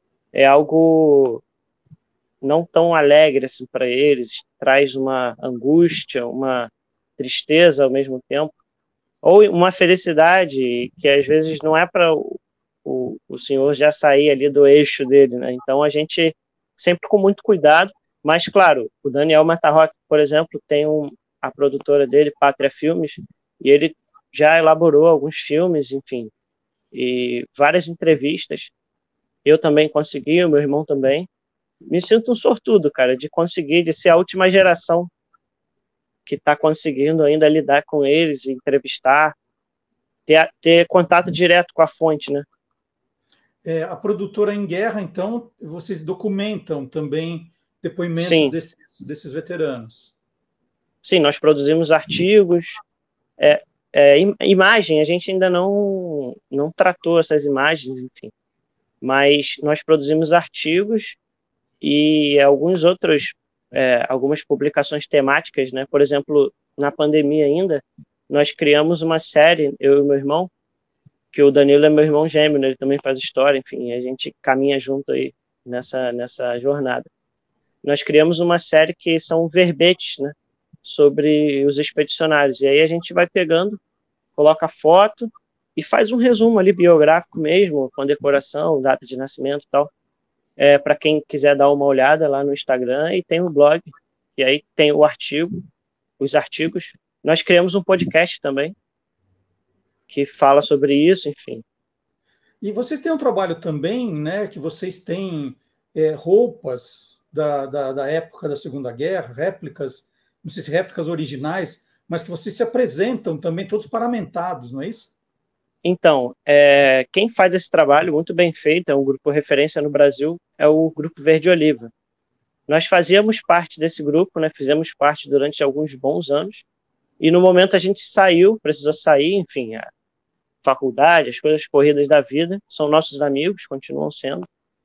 algo não tão alegre assim para eles, traz uma angústia, uma tristeza ao mesmo tempo, ou uma felicidade que às vezes não é para o senhor já sair ali do eixo dele, né? Então a gente sempre com muito cuidado, mas claro, o Daniel Matarroque, por exemplo, tem a produtora dele, Pátria Filmes, e ele já elaborou alguns filmes, enfim, e várias entrevistas. Eu também consegui, o meu irmão também. Me sinto um sortudo, cara, de conseguir, de ser a última geração que está conseguindo ainda lidar com eles, entrevistar, ter contato direto com a fonte, né? A produtora Em Guerra, então, vocês documentam também depoimentos desses veteranos? Sim, nós produzimos artigos, imagem, a gente ainda não tratou essas imagens, enfim, mas nós produzimos artigos e algumas publicações temáticas, né? Por exemplo, na pandemia ainda, nós criamos uma série, eu e meu irmão, que o Danilo é meu irmão gêmeo, né? Ele também faz história, enfim, a gente caminha junto aí nessa jornada. Nós criamos uma série que são verbetes, né, sobre os expedicionários. E aí a gente vai pegando, coloca foto e faz um resumo ali biográfico mesmo, com decoração, data de nascimento e tal. Para quem quiser dar uma olhada lá no Instagram, e tem o blog, e aí tem o artigo, os artigos. Nós criamos um podcast também, que fala sobre isso, enfim. E vocês têm um trabalho também, né, que vocês têm roupas da época da Segunda Guerra, réplicas, não sei se réplicas originais, mas que vocês se apresentam também todos paramentados, não é isso? Então, quem faz esse trabalho muito bem feito, é um grupo referência no Brasil, é o Grupo Verde Oliva. Nós fazíamos parte desse grupo, né, fizemos parte durante alguns bons anos, e no momento a gente saiu, precisou sair, enfim, a faculdade, as coisas corridas da vida, são nossos amigos, continuam sendo.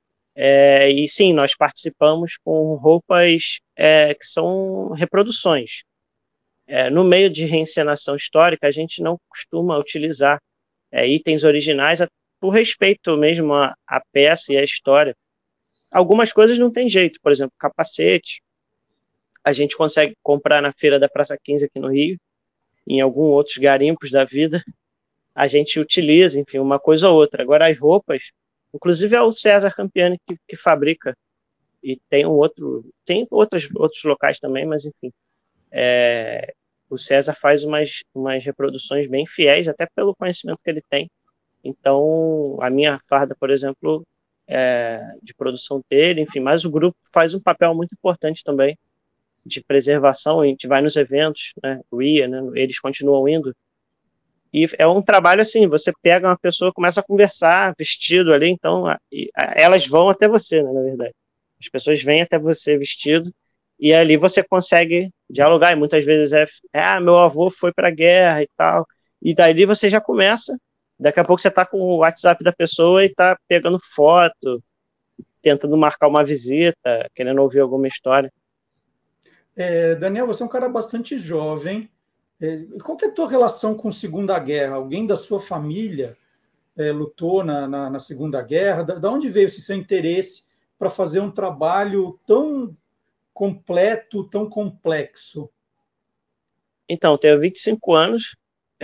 E sim, nós participamos com roupas que são reproduções. No meio de reencenação histórica, a gente não costuma utilizar itens originais por respeito mesmo à peça e à história. Algumas coisas não tem jeito, por exemplo, capacete, a gente consegue comprar na feira da Praça 15 aqui no Rio, em alguns outros garimpos da vida, a gente utiliza, enfim, uma coisa ou outra. Agora as roupas, inclusive é o César Campiani que fabrica, e tem outros locais também, mas enfim, o César faz umas reproduções bem fiéis, até pelo conhecimento que ele tem. Então, a minha farda, por exemplo, de produção dele, enfim, mas o grupo faz um papel muito importante também de preservação. A gente vai nos eventos, né, eles continuam indo, e é um trabalho assim, você pega uma pessoa, começa a conversar, vestido ali, então elas vão até você, né, na verdade. As pessoas vêm até você vestido, e ali você consegue dialogar, e muitas vezes meu avô foi para a guerra e tal, e daí você já começa, daqui a pouco você está com o WhatsApp da pessoa e está pegando foto, tentando marcar uma visita, querendo ouvir alguma história. Daniel, você é um cara bastante jovem. Qual que é a tua relação com a Segunda Guerra? Alguém da sua família lutou na Segunda Guerra? Da onde veio esse seu interesse para fazer um trabalho tão completo, tão complexo? Então, eu tenho 25 anos,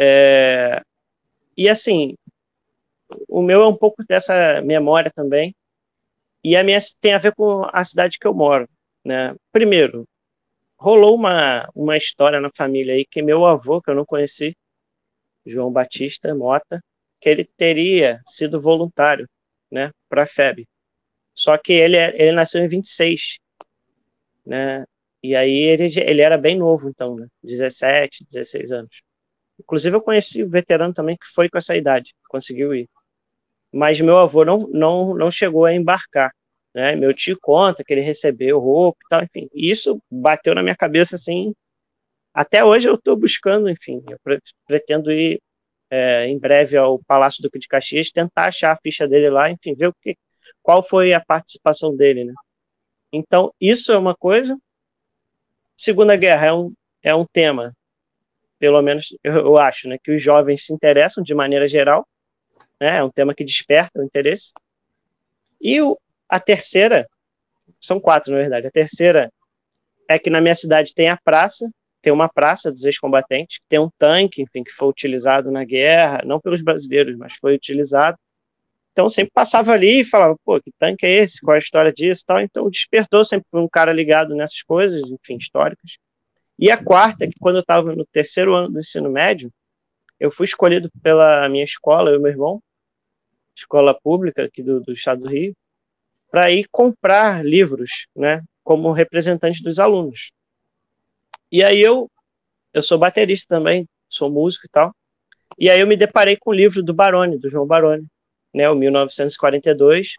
e assim, o meu é um pouco dessa memória também, e a minha tem a ver com a cidade que eu moro, né? Primeiro, rolou uma história na família aí que meu avô, que eu não conheci, João Batista Mota, que ele teria sido voluntário, né, para a FEB. Só que ele nasceu em 26, né? E aí ele era bem novo, então, né? 17, 16 anos. Inclusive eu conheci o veterano também que foi com essa idade, conseguiu ir. Mas meu avô não chegou a embarcar, né? Meu tio conta que ele recebeu roupa e tal, enfim. E isso bateu na minha cabeça, assim. Até hoje eu estou buscando, enfim, eu pretendo ir em breve ao Palácio Duque de Caxias, tentar achar a ficha dele lá, enfim, ver qual foi a participação dele, né? Então, isso é uma coisa. Segunda Guerra é um tema, pelo menos eu acho, né, que os jovens se interessam de maneira geral, né? É um tema que desperta o interesse. E a terceira, são 4 na verdade, a terceira é que na minha cidade tem uma praça dos ex-combatentes, tem um tanque, enfim, que foi utilizado na guerra, não pelos brasileiros, mas foi utilizado. Então eu sempre passava ali e falava, pô, que tanque é esse? Qual é a história disso? Tal. Então despertou, sempre fui um cara ligado nessas coisas, enfim, históricas. E a quarta é que quando eu estava no 3º ano do ensino médio, eu fui escolhido pela minha escola, eu e meu irmão, escola pública aqui do estado do Rio, para ir comprar livros, né, como representante dos alunos. E aí eu sou baterista também, sou músico e tal, e aí eu me deparei com o livro do João Baroni, né, o 1942,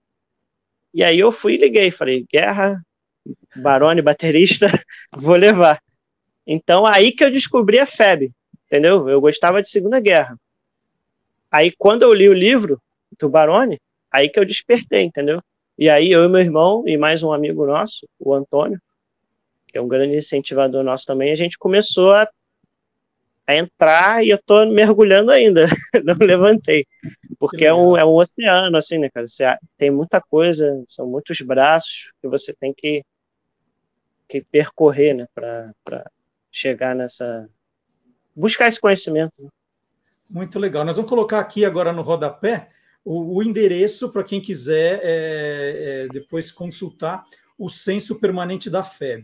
e aí eu fui e liguei, falei, guerra, Baroni, baterista, vou levar. Então aí que eu descobri a FEB, entendeu? Eu gostava de Segunda Guerra. Aí quando eu li o livro do Baroni, aí que eu despertei, entendeu? E aí eu e meu irmão e mais um amigo nosso, o Antônio, que é um grande incentivador nosso também, a gente começou a entrar, e eu tô mergulhando ainda, não levantei. Porque é um oceano, assim, né, cara? Tem muita coisa, são muitos braços que você tem que percorrer, né, para chegar buscar esse conhecimento. Muito legal. Nós vamos colocar aqui agora no rodapé o endereço para quem quiser depois consultar o censo permanente da FEB.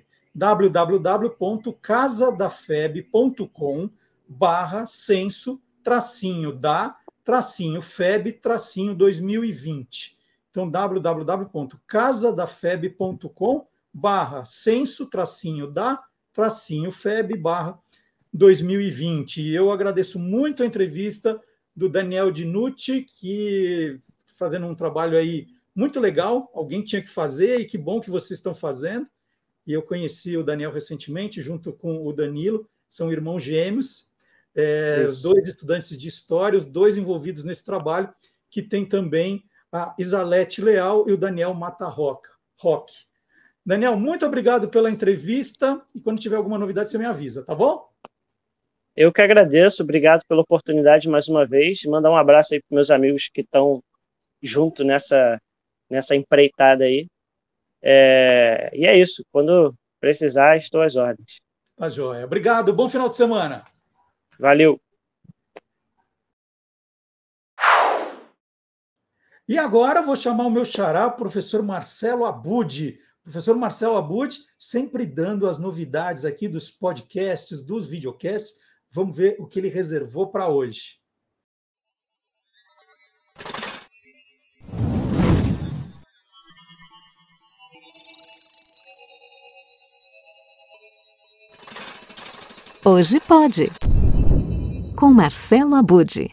www.casadafeb.com/censo-da-FEB-2020. Então, www.casadafeb.com/censo-da-FEB-2020. E eu agradeço muito a entrevista do Daniel Dinucci, que fazendo um trabalho aí muito legal, alguém tinha que fazer, e que bom que vocês estão fazendo. E eu conheci o Daniel recentemente, junto com o Danilo, são irmãos gêmeos, os dois estudantes de história, os dois envolvidos nesse trabalho, que tem também a Isalete Leal e o Daniel Mata Roque. Daniel, muito obrigado pela entrevista, e quando tiver alguma novidade você me avisa, tá bom? Eu que agradeço, obrigado pela oportunidade mais uma vez, mandar um abraço aí para meus amigos que estão junto nessa empreitada aí. E é isso, quando precisar, estou às ordens. Tá joia. Obrigado, bom final de semana. Valeu. E agora vou chamar o meu xará, o professor Marcelo Abud. Professor Marcelo Abud, sempre dando as novidades aqui dos podcasts, dos videocasts. Vamos ver o que ele reservou para hoje. Hoje pode, com Marcelo Abud.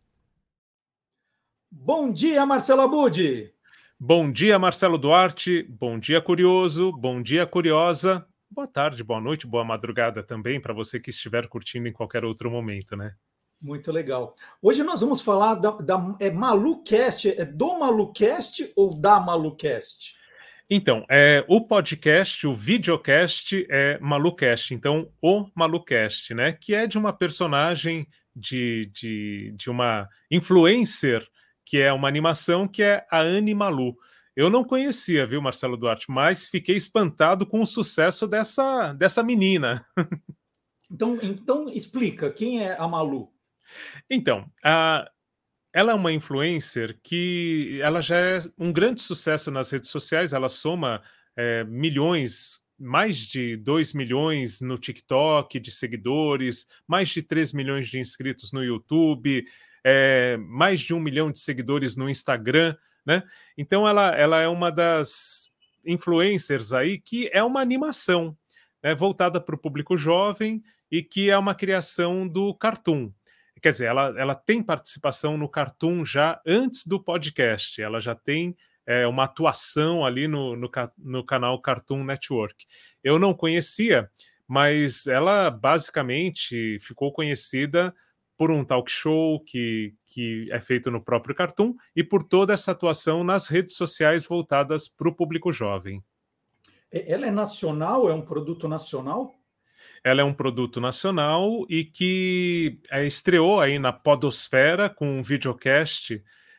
Bom dia, Marcelo Abud. Bom dia, Marcelo Duarte. Bom dia, curioso. Bom dia, curiosa. Boa tarde, boa noite, boa madrugada também, para você que estiver curtindo em qualquer outro momento, né? Muito legal. Hoje nós vamos falar da Malucast. É do Malucast ou da Malucast? Então, o podcast, o videocast é Malucast. Então, o Malucast, né? Que é de uma personagem de uma influencer, que é uma animação, que é a Anne Malu. Eu não conhecia, viu, Marcelo Duarte, mas fiquei espantado com o sucesso dessa menina. Então explica, quem é a Malu? Então, ela é uma influencer que ela já é um grande sucesso nas redes sociais, ela soma milhões, mais de 2 milhões no TikTok de seguidores, mais de 3 milhões de inscritos no YouTube, mais de 1 milhão de seguidores no Instagram, né? Então ela é uma das influencers aí que é uma animação, né, voltada para o público jovem e que é uma criação do Cartoon. Quer dizer, ela tem participação no Cartoon já antes do podcast, ela já tem uma atuação ali no canal Cartoon Network. Eu não conhecia, mas ela basicamente ficou conhecida por um talk show que é feito no próprio Cartoon e por toda essa atuação nas redes sociais voltadas para o público jovem. Ela é nacional? É um produto nacional? Ela é um produto nacional e que estreou aí na podosfera com um videocast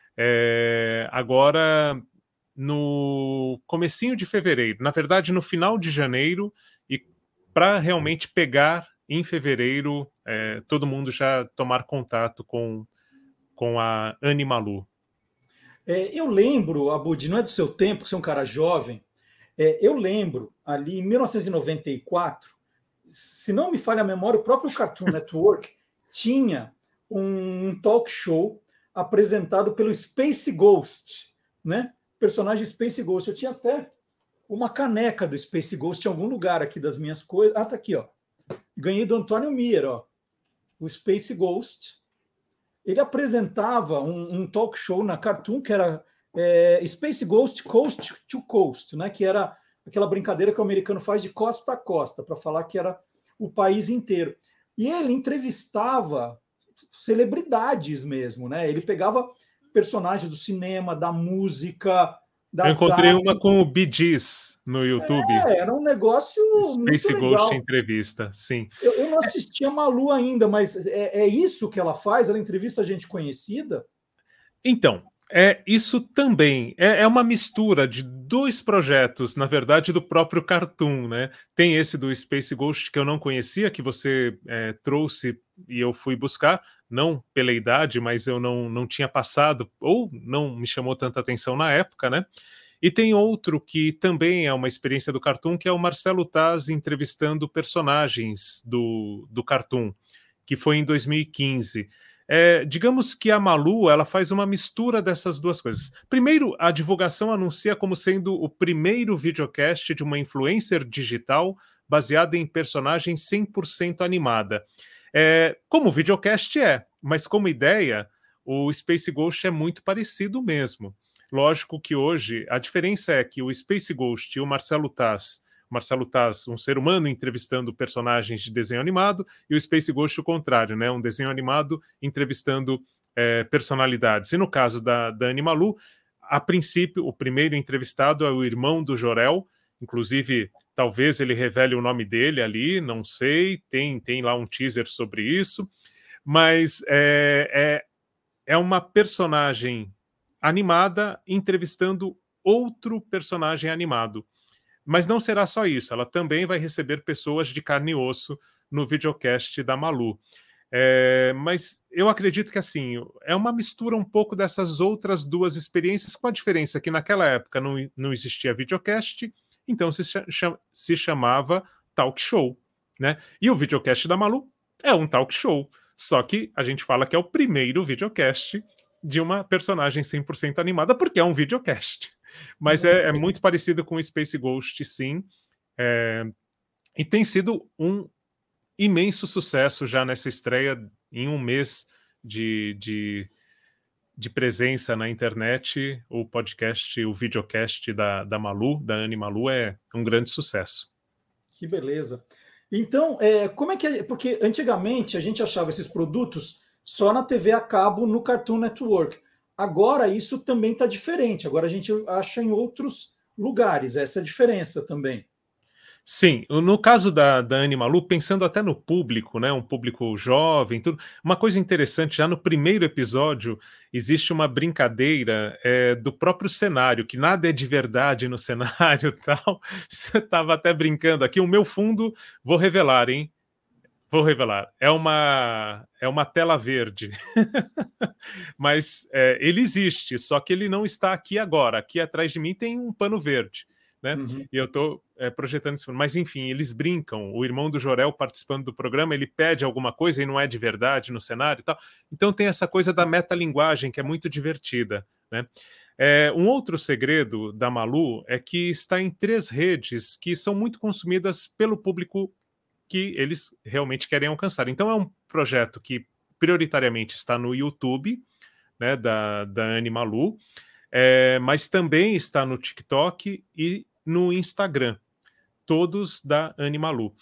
agora no comecinho de fevereiro. Na verdade, no final de janeiro, e para realmente pegar em fevereiro, todo mundo já tomar contato com a Anne Malu. Eu lembro, Abud, não é do seu tempo, você é um cara jovem, eu lembro ali em 1994, se não me falha a memória, o próprio Cartoon Network tinha um talk show apresentado pelo Space Ghost, né? O personagem Space Ghost. Eu tinha até uma caneca do Space Ghost em algum lugar aqui das minhas coisas. Ah, tá aqui, ó. Ganhei do Antônio Mier, ó. O Space Ghost. Ele apresentava um talk show na Cartoon que era Space Ghost Coast to Coast, né? Que era aquela brincadeira que o americano faz de costa a costa, para falar que era o país inteiro. E ele entrevistava celebridades mesmo, né? Ele pegava personagens do cinema, da música, das Eu encontrei artes. uma com o Bee Gees no YouTube. Era um negócio Space muito legal. Ghost entrevista, sim. Eu não assisti a Malu ainda, mas é isso que ela faz? Ela entrevista gente conhecida? Então, isso também é uma mistura de dois projetos, na verdade, do próprio Cartoon, né? Tem esse do Space Ghost que eu não conhecia, que você trouxe e eu fui buscar, não pela idade, mas eu não tinha passado, ou não me chamou tanta atenção na época, né? E tem outro que também é uma experiência do Cartoon, que é o Marcelo Taz entrevistando personagens do Cartoon, que foi em 2015. Digamos que a Malu ela faz uma mistura dessas duas coisas. Primeiro, a divulgação anuncia como sendo o primeiro videocast de uma influencer digital baseada em personagem 100% animada. Como videocast mas como ideia, o Space Ghost é muito parecido mesmo. Lógico que hoje a diferença é que o Space Ghost e o Marcelo Taz, um ser humano entrevistando personagens de desenho animado, e o Space Ghost o contrário, né? Um desenho animado entrevistando personalidades. E no caso da Anne Malu, a princípio, o primeiro entrevistado é o irmão do Jor-El, inclusive, talvez ele revele o nome dele ali, não sei, tem lá um teaser sobre isso, mas é uma personagem animada entrevistando outro personagem animado. Mas não será só isso, ela também vai receber pessoas de carne e osso no videocast da Malu. Mas eu acredito que assim, é uma mistura um pouco dessas outras duas experiências, com a diferença que naquela época não existia videocast, então se chamava talk show, né? E o videocast da Malu é um talk show, só que a gente fala que é o primeiro videocast de uma personagem 100% animada, porque é um videocast. Mas é muito parecido com o Space Ghost, sim. E tem sido um imenso sucesso já nessa estreia, em um mês de presença na internet. O podcast, o videocast da Malu, da Anne Malu, é um grande sucesso. Que beleza. Então, como é que é? Porque antigamente a gente achava esses produtos só na TV a cabo, no Cartoon Network. Agora isso também está diferente. Agora a gente acha em outros lugares. Essa é a diferença também. Sim, no caso da Anne Malu, pensando até no público, né, um público jovem, tudo, uma coisa interessante, já no primeiro episódio existe uma brincadeira do próprio cenário, que nada é de verdade no cenário e tal. Você estava até brincando aqui, o meu fundo, vou revelar, hein? Vou revelar. É uma tela verde. Mas ele existe, só que ele não está aqui agora. Aqui atrás de mim tem um pano verde, né? Uhum. E eu estou projetando isso. Mas, enfim, eles brincam. O irmão do Jor-El participando do programa, ele pede alguma coisa e não é de verdade no cenário e tal. Então tem essa coisa da metalinguagem, que é muito divertida, né? Um outro segredo da Malu é que está em 3 redes que são muito consumidas pelo público que eles realmente querem alcançar. Então é um projeto que prioritariamente está no YouTube, né, da Anne Malu, mas também está no TikTok e no Instagram, todos da Anne Malu.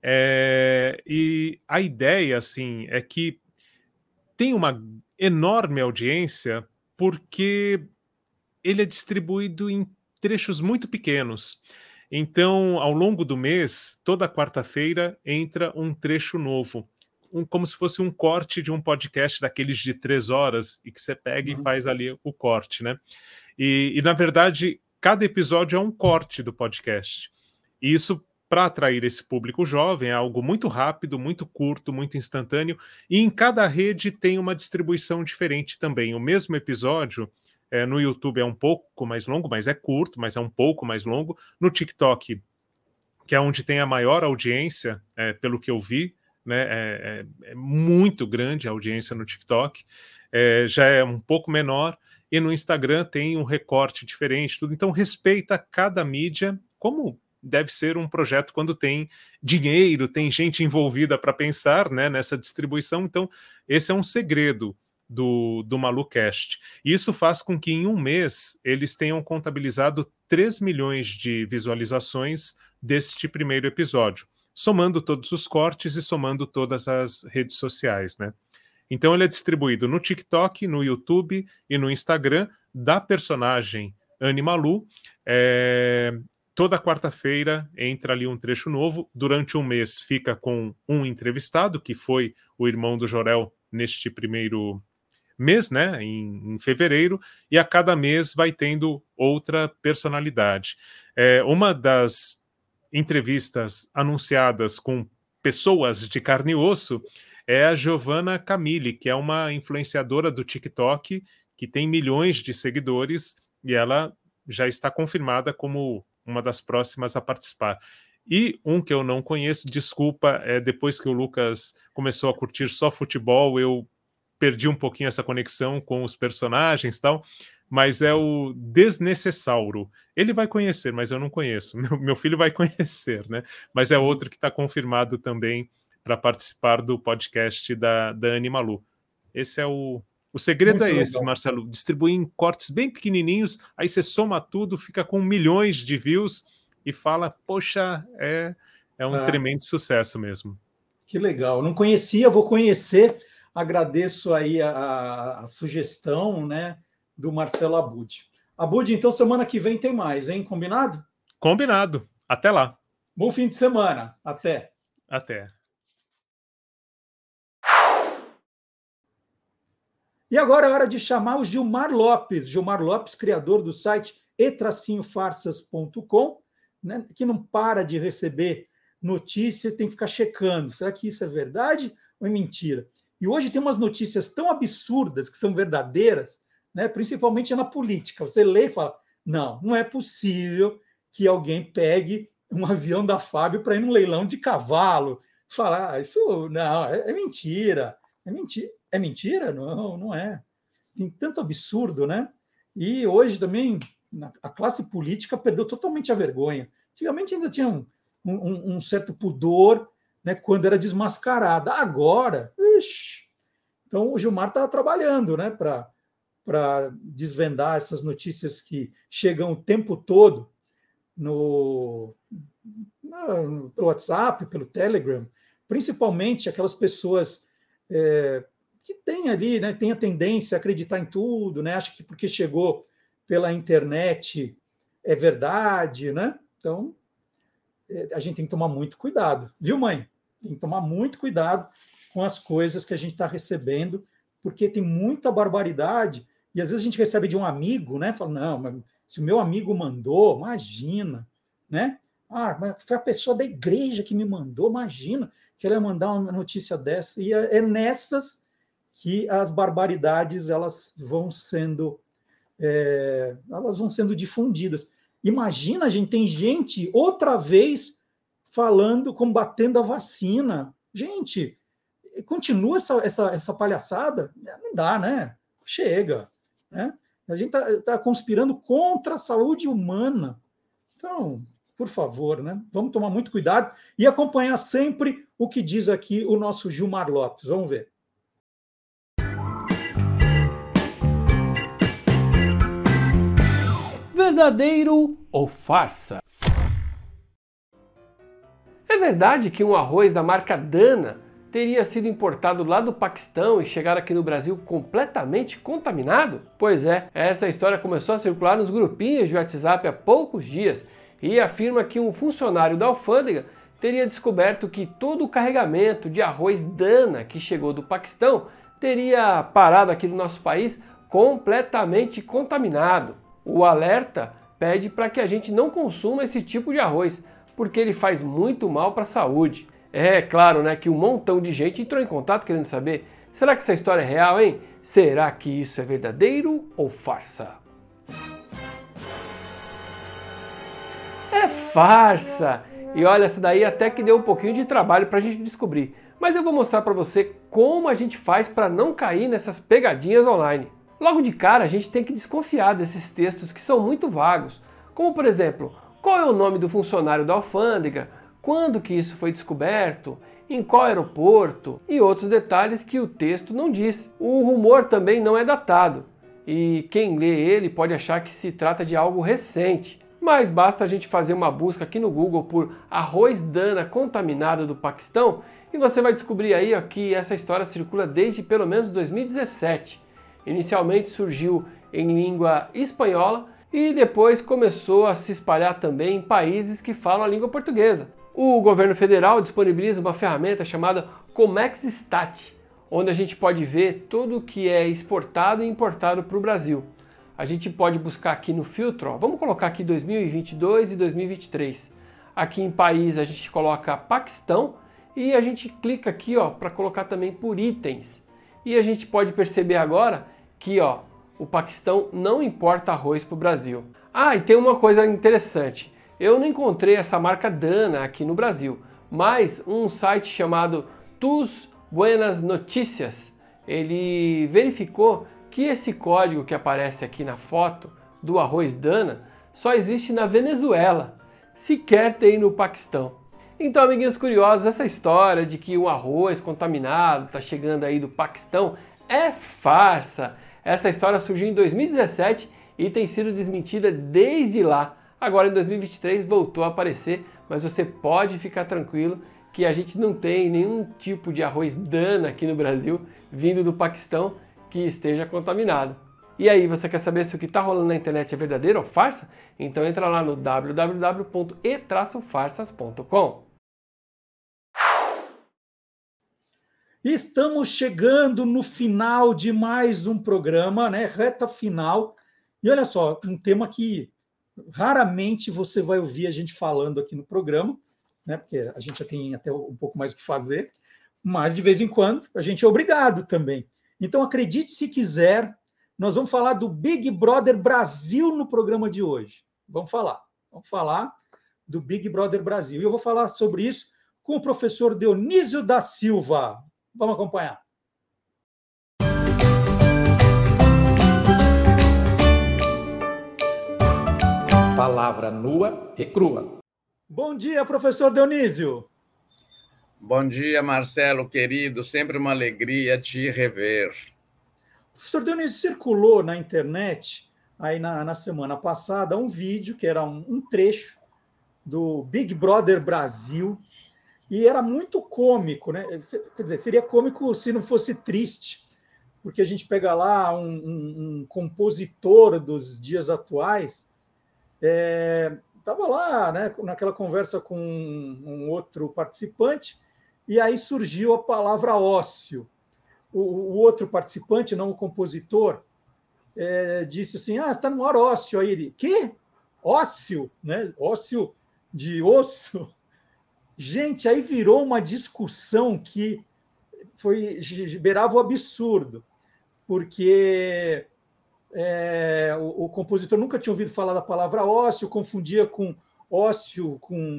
E a ideia, assim, é que tem uma enorme audiência porque ele é distribuído em trechos muito pequenos. Então, ao longo do mês, toda quarta-feira entra um trecho novo, como se fosse um corte de um podcast daqueles de 3 horas, e que você pega e faz ali o corte, né? E, na verdade, cada episódio é um corte do podcast. E isso, para atrair esse público jovem, é algo muito rápido, muito curto, muito instantâneo, e em cada rede tem uma distribuição diferente também. O mesmo episódio... no YouTube é um pouco mais longo, mas é curto, mas é um pouco mais longo. No TikTok, que é onde tem a maior audiência, pelo que eu vi, né, é muito grande a audiência no TikTok, já é um pouco menor, e no Instagram tem um recorte diferente, tudo. Então respeita cada mídia, como deve ser um projeto quando tem dinheiro, tem gente envolvida para pensar, né, nessa distribuição. Então esse é um segredo do MaluCast. Isso faz com que em um mês eles tenham contabilizado 3 milhões de visualizações deste primeiro episódio, somando todos os cortes e somando todas as redes sociais, né? Então ele é distribuído no TikTok, no YouTube e no Instagram da personagem Anne Malu. Toda quarta-feira entra ali um trecho novo. Durante um mês fica com um entrevistado, que foi o irmão do Jor-El neste primeiro mês, né, em fevereiro, e a cada mês vai tendo outra personalidade. Uma das entrevistas anunciadas com pessoas de carne e osso é a Giovanna Camille, que é uma influenciadora do TikTok, que tem milhões de seguidores, e ela já está confirmada como uma das próximas a participar. E um que eu não conheço, desculpa, depois que o Lucas começou a curtir só futebol, eu perdi um pouquinho essa conexão com os personagens e tal, mas é o Desnecessauro. Ele vai conhecer, mas eu não conheço. Meu filho vai conhecer, né? Mas é outro que está confirmado também para participar do podcast da Anne Malu. Esse é o segredo. Muito esse, legal. Marcelo, distribuir em cortes bem pequenininhos, aí você soma tudo, fica com milhões de views e fala, poxa, é um tremendo sucesso mesmo. Que legal, não conhecia, vou conhecer, agradeço aí a sugestão, né, do Marcelo Abud. Abud, então semana que vem tem mais, hein? Combinado? Combinado, até lá. Bom fim de semana, até. Até. E agora é hora de chamar o Gilmar Lopes. Gilmar Lopes, criador do site e-farsas.com, né, que não para de receber notícia, tem que ficar checando. Será que isso é verdade ou é mentira? E hoje tem umas notícias tão absurdas que são verdadeiras, né, principalmente na política. Você lê e fala, não é possível que alguém pegue um avião da Fábio para ir num leilão de cavalo. Falar, isso não, é mentira. É mentira. É mentira? Não é. Tem tanto absurdo, né? E hoje também a classe política perdeu totalmente a vergonha. Antigamente ainda tinha um certo pudor, né, quando era desmascarada. Agora, então o Gilmar está trabalhando, né, para desvendar essas notícias que chegam o tempo todo pelo WhatsApp, pelo Telegram, principalmente aquelas pessoas que tem ali, né, tem a tendência a acreditar em tudo, né, acho que porque chegou pela internet é verdade, né? Então, a gente tem que tomar muito cuidado, viu, mãe? Tem que tomar muito cuidado com as coisas que a gente está recebendo, porque tem muita barbaridade, e às vezes a gente recebe de um amigo, né? Fala, não, mas se o meu amigo mandou, imagina, né? Mas foi a pessoa da igreja que me mandou, imagina que ela ia mandar uma notícia dessa, e é nessas que as barbaridades elas vão sendo difundidas. Imagina, gente, tem gente outra vez falando, combatendo a vacina. Gente, continua essa palhaçada? Não dá, né? Chega, né? A gente tá conspirando contra a saúde humana. Então, por favor, né? Vamos tomar muito cuidado e acompanhar sempre o que diz aqui o nosso Gilmar Lopes. Vamos ver. Verdadeiro ou farsa? É verdade que um arroz da marca Dana teria sido importado lá do Paquistão e chegado aqui no Brasil completamente contaminado? Pois é, essa história começou a circular nos grupinhos de WhatsApp há poucos dias e afirma que um funcionário da alfândega teria descoberto que todo o carregamento de arroz Dana que chegou do Paquistão teria parado aqui no nosso país completamente contaminado. O alerta pede para que a gente não consuma esse tipo de arroz, porque ele faz muito mal para a saúde. É claro, né, que um montão de gente entrou em contato querendo saber, será que essa história é real, hein? Será que isso é verdadeiro ou farsa? É farsa! E olha, essa daí até que deu um pouquinho de trabalho para a gente descobrir. Mas eu vou mostrar para você como a gente faz para não cair nessas pegadinhas online. Logo de cara, a gente tem que desconfiar desses textos que são muito vagos, como por exemplo, qual é o nome do funcionário da alfândega, quando que isso foi descoberto, em qual aeroporto e outros detalhes que o texto não diz. O rumor também não é datado e quem lê ele pode achar que se trata de algo recente, mas basta a gente fazer uma busca aqui no Google por arroz Dana contaminado do Paquistão e você vai descobrir aí que essa história circula desde pelo menos 2017. Inicialmente surgiu em língua espanhola e depois começou a se espalhar também em países que falam a língua portuguesa. O governo federal disponibiliza uma ferramenta chamada Comexstat, onde a gente pode ver tudo o que é exportado e importado para o Brasil. A gente pode buscar aqui no filtro, ó, vamos colocar aqui 2022 e 2023. Aqui em país a gente coloca Paquistão e a gente clica aqui para colocar também por itens. E a gente pode perceber agora que o Paquistão não importa arroz para o Brasil. Ah, e tem uma coisa interessante. Eu não encontrei essa marca Dana aqui no Brasil, mas um site chamado Tus Buenas Noticias, ele verificou que esse código que aparece aqui na foto do arroz Dana só existe na Venezuela, sequer tem no Paquistão. Então, amiguinhos curiosos, essa história de que o arroz contaminado está chegando aí do Paquistão é farsa. Essa história surgiu em 2017 e tem sido desmentida desde lá. Agora em 2023 voltou a aparecer, mas você pode ficar tranquilo que a gente não tem nenhum tipo de arroz Dana aqui no Brasil vindo do Paquistão que esteja contaminado. E aí, você quer saber se o que está rolando na internet é verdadeiro ou farsa? Então entra lá no www.e-farsas.com. Estamos chegando no final de mais um programa, né? Reta final. E olha só, um tema que raramente você vai ouvir a gente falando aqui no programa, né? Porque a gente já tem até um pouco mais o que fazer, mas de vez em quando a gente é obrigado também. Então, acredite se quiser, nós vamos falar do Big Brother Brasil no programa de hoje. Vamos falar do Big Brother Brasil. E eu vou falar sobre isso com o professor Dionísio da Silva. Vamos acompanhar. Palavra nua e crua. Bom dia, professor Dionísio. Bom dia, Marcelo, querido. Sempre uma alegria te rever. Professor Dionísio, circulou na internet, aí na semana passada, um vídeo que era um trecho do Big Brother Brasil, e era muito cômico, né? Quer dizer, seria cômico se não fosse triste, porque a gente pega lá um compositor dos dias atuais, estava lá, né, naquela conversa com um outro participante, e aí surgiu a palavra ócio. O outro participante, não o compositor, disse assim, você está no ar ócio. Aí ele, quê? Ócio? Né? Ócio de osso? Gente, aí virou uma discussão que beirava o absurdo, porque o compositor nunca tinha ouvido falar da palavra ócio, confundia com ócio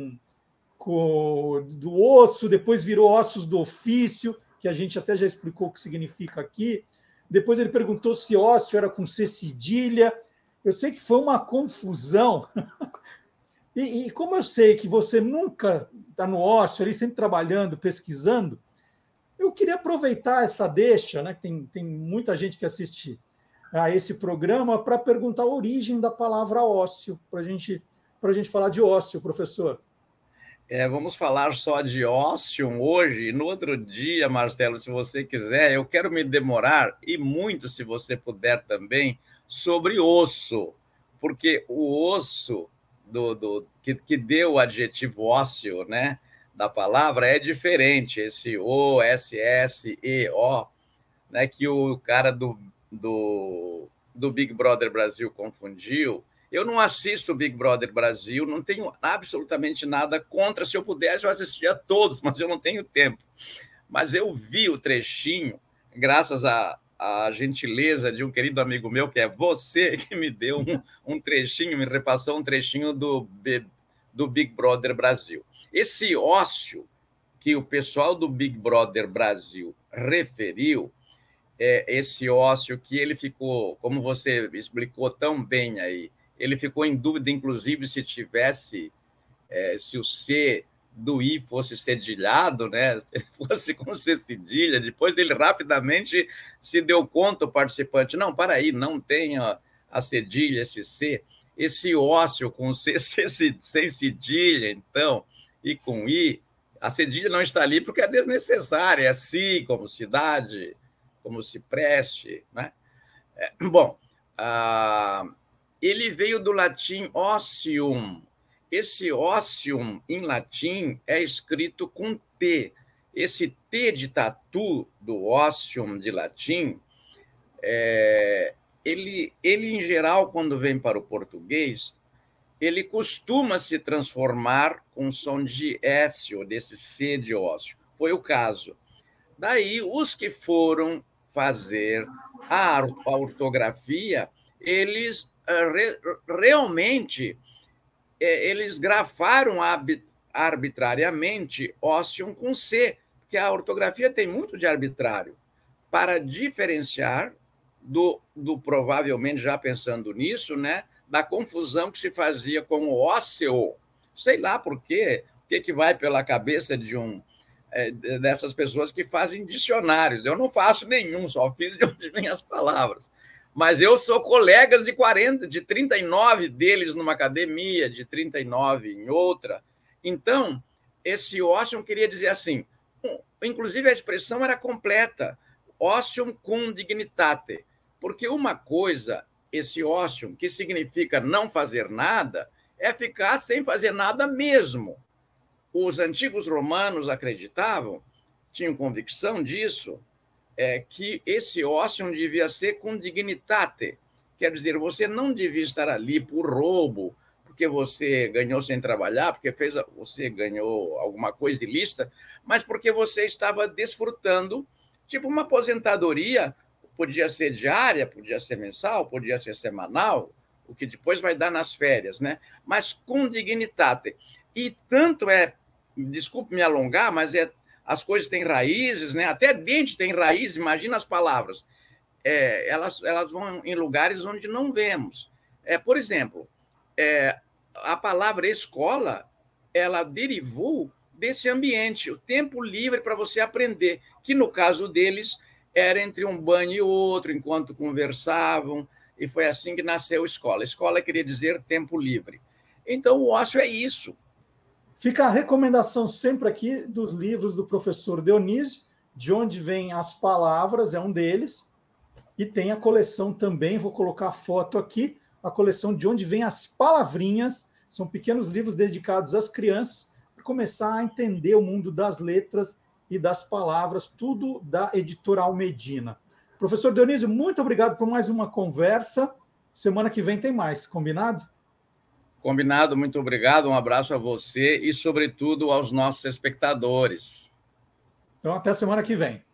do osso, depois virou ossos do ofício, que a gente até já explicou o que significa aqui. Depois ele perguntou se ócio era com C cedilha. Eu sei que foi uma confusão. E como eu sei que você nunca está no ócio, ali sempre trabalhando, pesquisando, eu queria aproveitar essa deixa, né? Tem muita gente que assiste a esse programa para perguntar a origem da palavra ócio, para a gente falar de ócio, professor. Vamos falar só de ócio hoje. No outro dia, Marcelo, se você quiser, eu quero me demorar, e muito, se você puder também, sobre osso, porque o osso que deu o adjetivo ócio, né, da palavra, é diferente, esse O, S, S, E, O, né, que o cara do Big Brother Brasil confundiu. Eu não assisto o Big Brother Brasil, não tenho absolutamente nada contra. Se eu pudesse, eu assistia a todos, mas eu não tenho tempo. Mas eu vi o trechinho, graças à gentileza de um querido amigo meu, que é você, que me deu um trechinho, me repassou um trechinho do Big Brother Brasil. Esse ócio que o pessoal do Big Brother Brasil referiu, esse ócio que ele ficou, como você explicou tão bem aí, ele ficou em dúvida, inclusive, se o C do I fosse cedilhado, né? Se ele fosse com C cedilha. Depois ele rapidamente se deu conta, o participante, não, para aí, não tem a cedilha, esse C. Esse ócio com C sem cedilha, então, e com I, a cedilha não está ali porque é desnecessária, é si, como cidade, como se preste, né? Bom, ele veio do latim ocium. Esse ocium, em latim, é escrito com T. Esse T de tatu do ósseo de latim, ele, em geral, quando vem para o português, ele costuma se transformar com som de S, ou desse C de ósseo. Foi o caso. Daí, os que foram fazer a ortografia, eles realmente eles grafaram arbitrariamente ósseo com C, porque a ortografia tem muito de arbitrário, para diferenciar do provavelmente, já pensando nisso, né, da confusão que se fazia com o ósseo. Sei lá por quê, o que vai pela cabeça de dessas pessoas que fazem dicionários. Eu não faço nenhum, só fiz de onde vêm as palavras. Mas eu sou colegas de 39 deles numa academia, de 39 em outra. Então, esse ósseo queria dizer assim, inclusive a expressão era completa, ósseo cum dignitate, porque uma coisa, esse ósseo, que significa não fazer nada, é ficar sem fazer nada mesmo. Os antigos romanos acreditavam, tinham convicção disso, que esse ósseo devia ser com dignitate, quer dizer, você não devia estar ali por roubo, porque você ganhou sem trabalhar, porque você ganhou alguma coisa ilícita, mas porque você estava desfrutando, tipo uma aposentadoria, podia ser diária, podia ser mensal, podia ser semanal, o que depois vai dar nas férias, né? Mas com dignitate. E tanto desculpe me alongar, mas as coisas têm raízes, né? Até dente tem raiz, imagina as palavras. Elas vão em lugares onde não vemos. Por exemplo, a palavra escola, ela derivou desse ambiente, o tempo livre para você aprender, que no caso deles era entre um banho e outro, enquanto conversavam, e foi assim que nasceu a escola. Escola queria dizer tempo livre. Então, o ósseo é isso. Fica a recomendação sempre aqui dos livros do professor Dionísio, De Onde Vêm as Palavras, é um deles, e tem a coleção também, vou colocar a foto aqui, a coleção De Onde Vêm as Palavrinhas, são pequenos livros dedicados às crianças, para começar a entender o mundo das letras e das palavras, tudo da editora Almedina. Professor Dionísio, muito obrigado por mais uma conversa, semana que vem tem mais, combinado? Combinado, muito obrigado, um abraço a você e, sobretudo, aos nossos espectadores. Então, até semana que vem.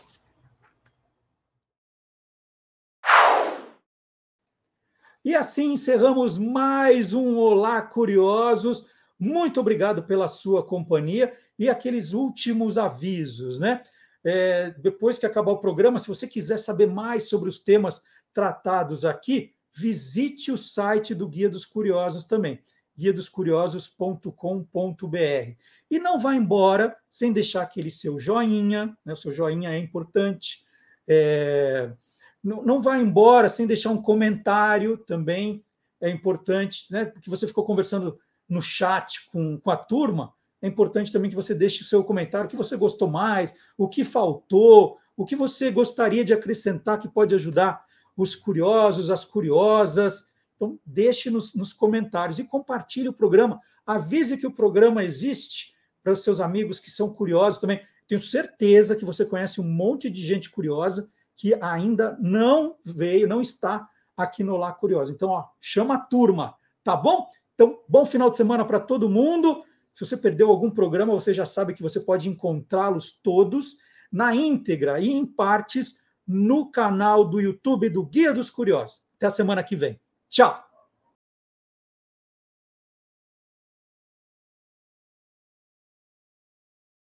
E assim encerramos mais um Olá Curiosos. Muito obrigado pela sua companhia e aqueles últimos avisos, né? Depois que acabar o programa, se você quiser saber mais sobre os temas tratados aqui, visite o site do Guia dos Curiosos também, guiadoscuriosos.com.br. E não vá embora sem deixar aquele seu joinha, né? O seu joinha é importante. Não vá embora sem deixar um comentário também, é importante, né? Porque você ficou conversando no chat com a turma, é importante também que você deixe o seu comentário, o que você gostou mais, o que faltou, o que você gostaria de acrescentar que pode ajudar os curiosos, as curiosas. Então, deixe nos comentários e compartilhe o programa. Avise que o programa existe para os seus amigos que são curiosos também. Tenho certeza que você conhece um monte de gente curiosa que ainda não veio, não está aqui no Olá Curioso. Então, chama a turma, tá bom? Então, bom final de semana para todo mundo. Se você perdeu algum programa, você já sabe que você pode encontrá-los todos na íntegra e em partes no canal do YouTube do Guia dos Curiosos. Até a semana que vem. Tchau!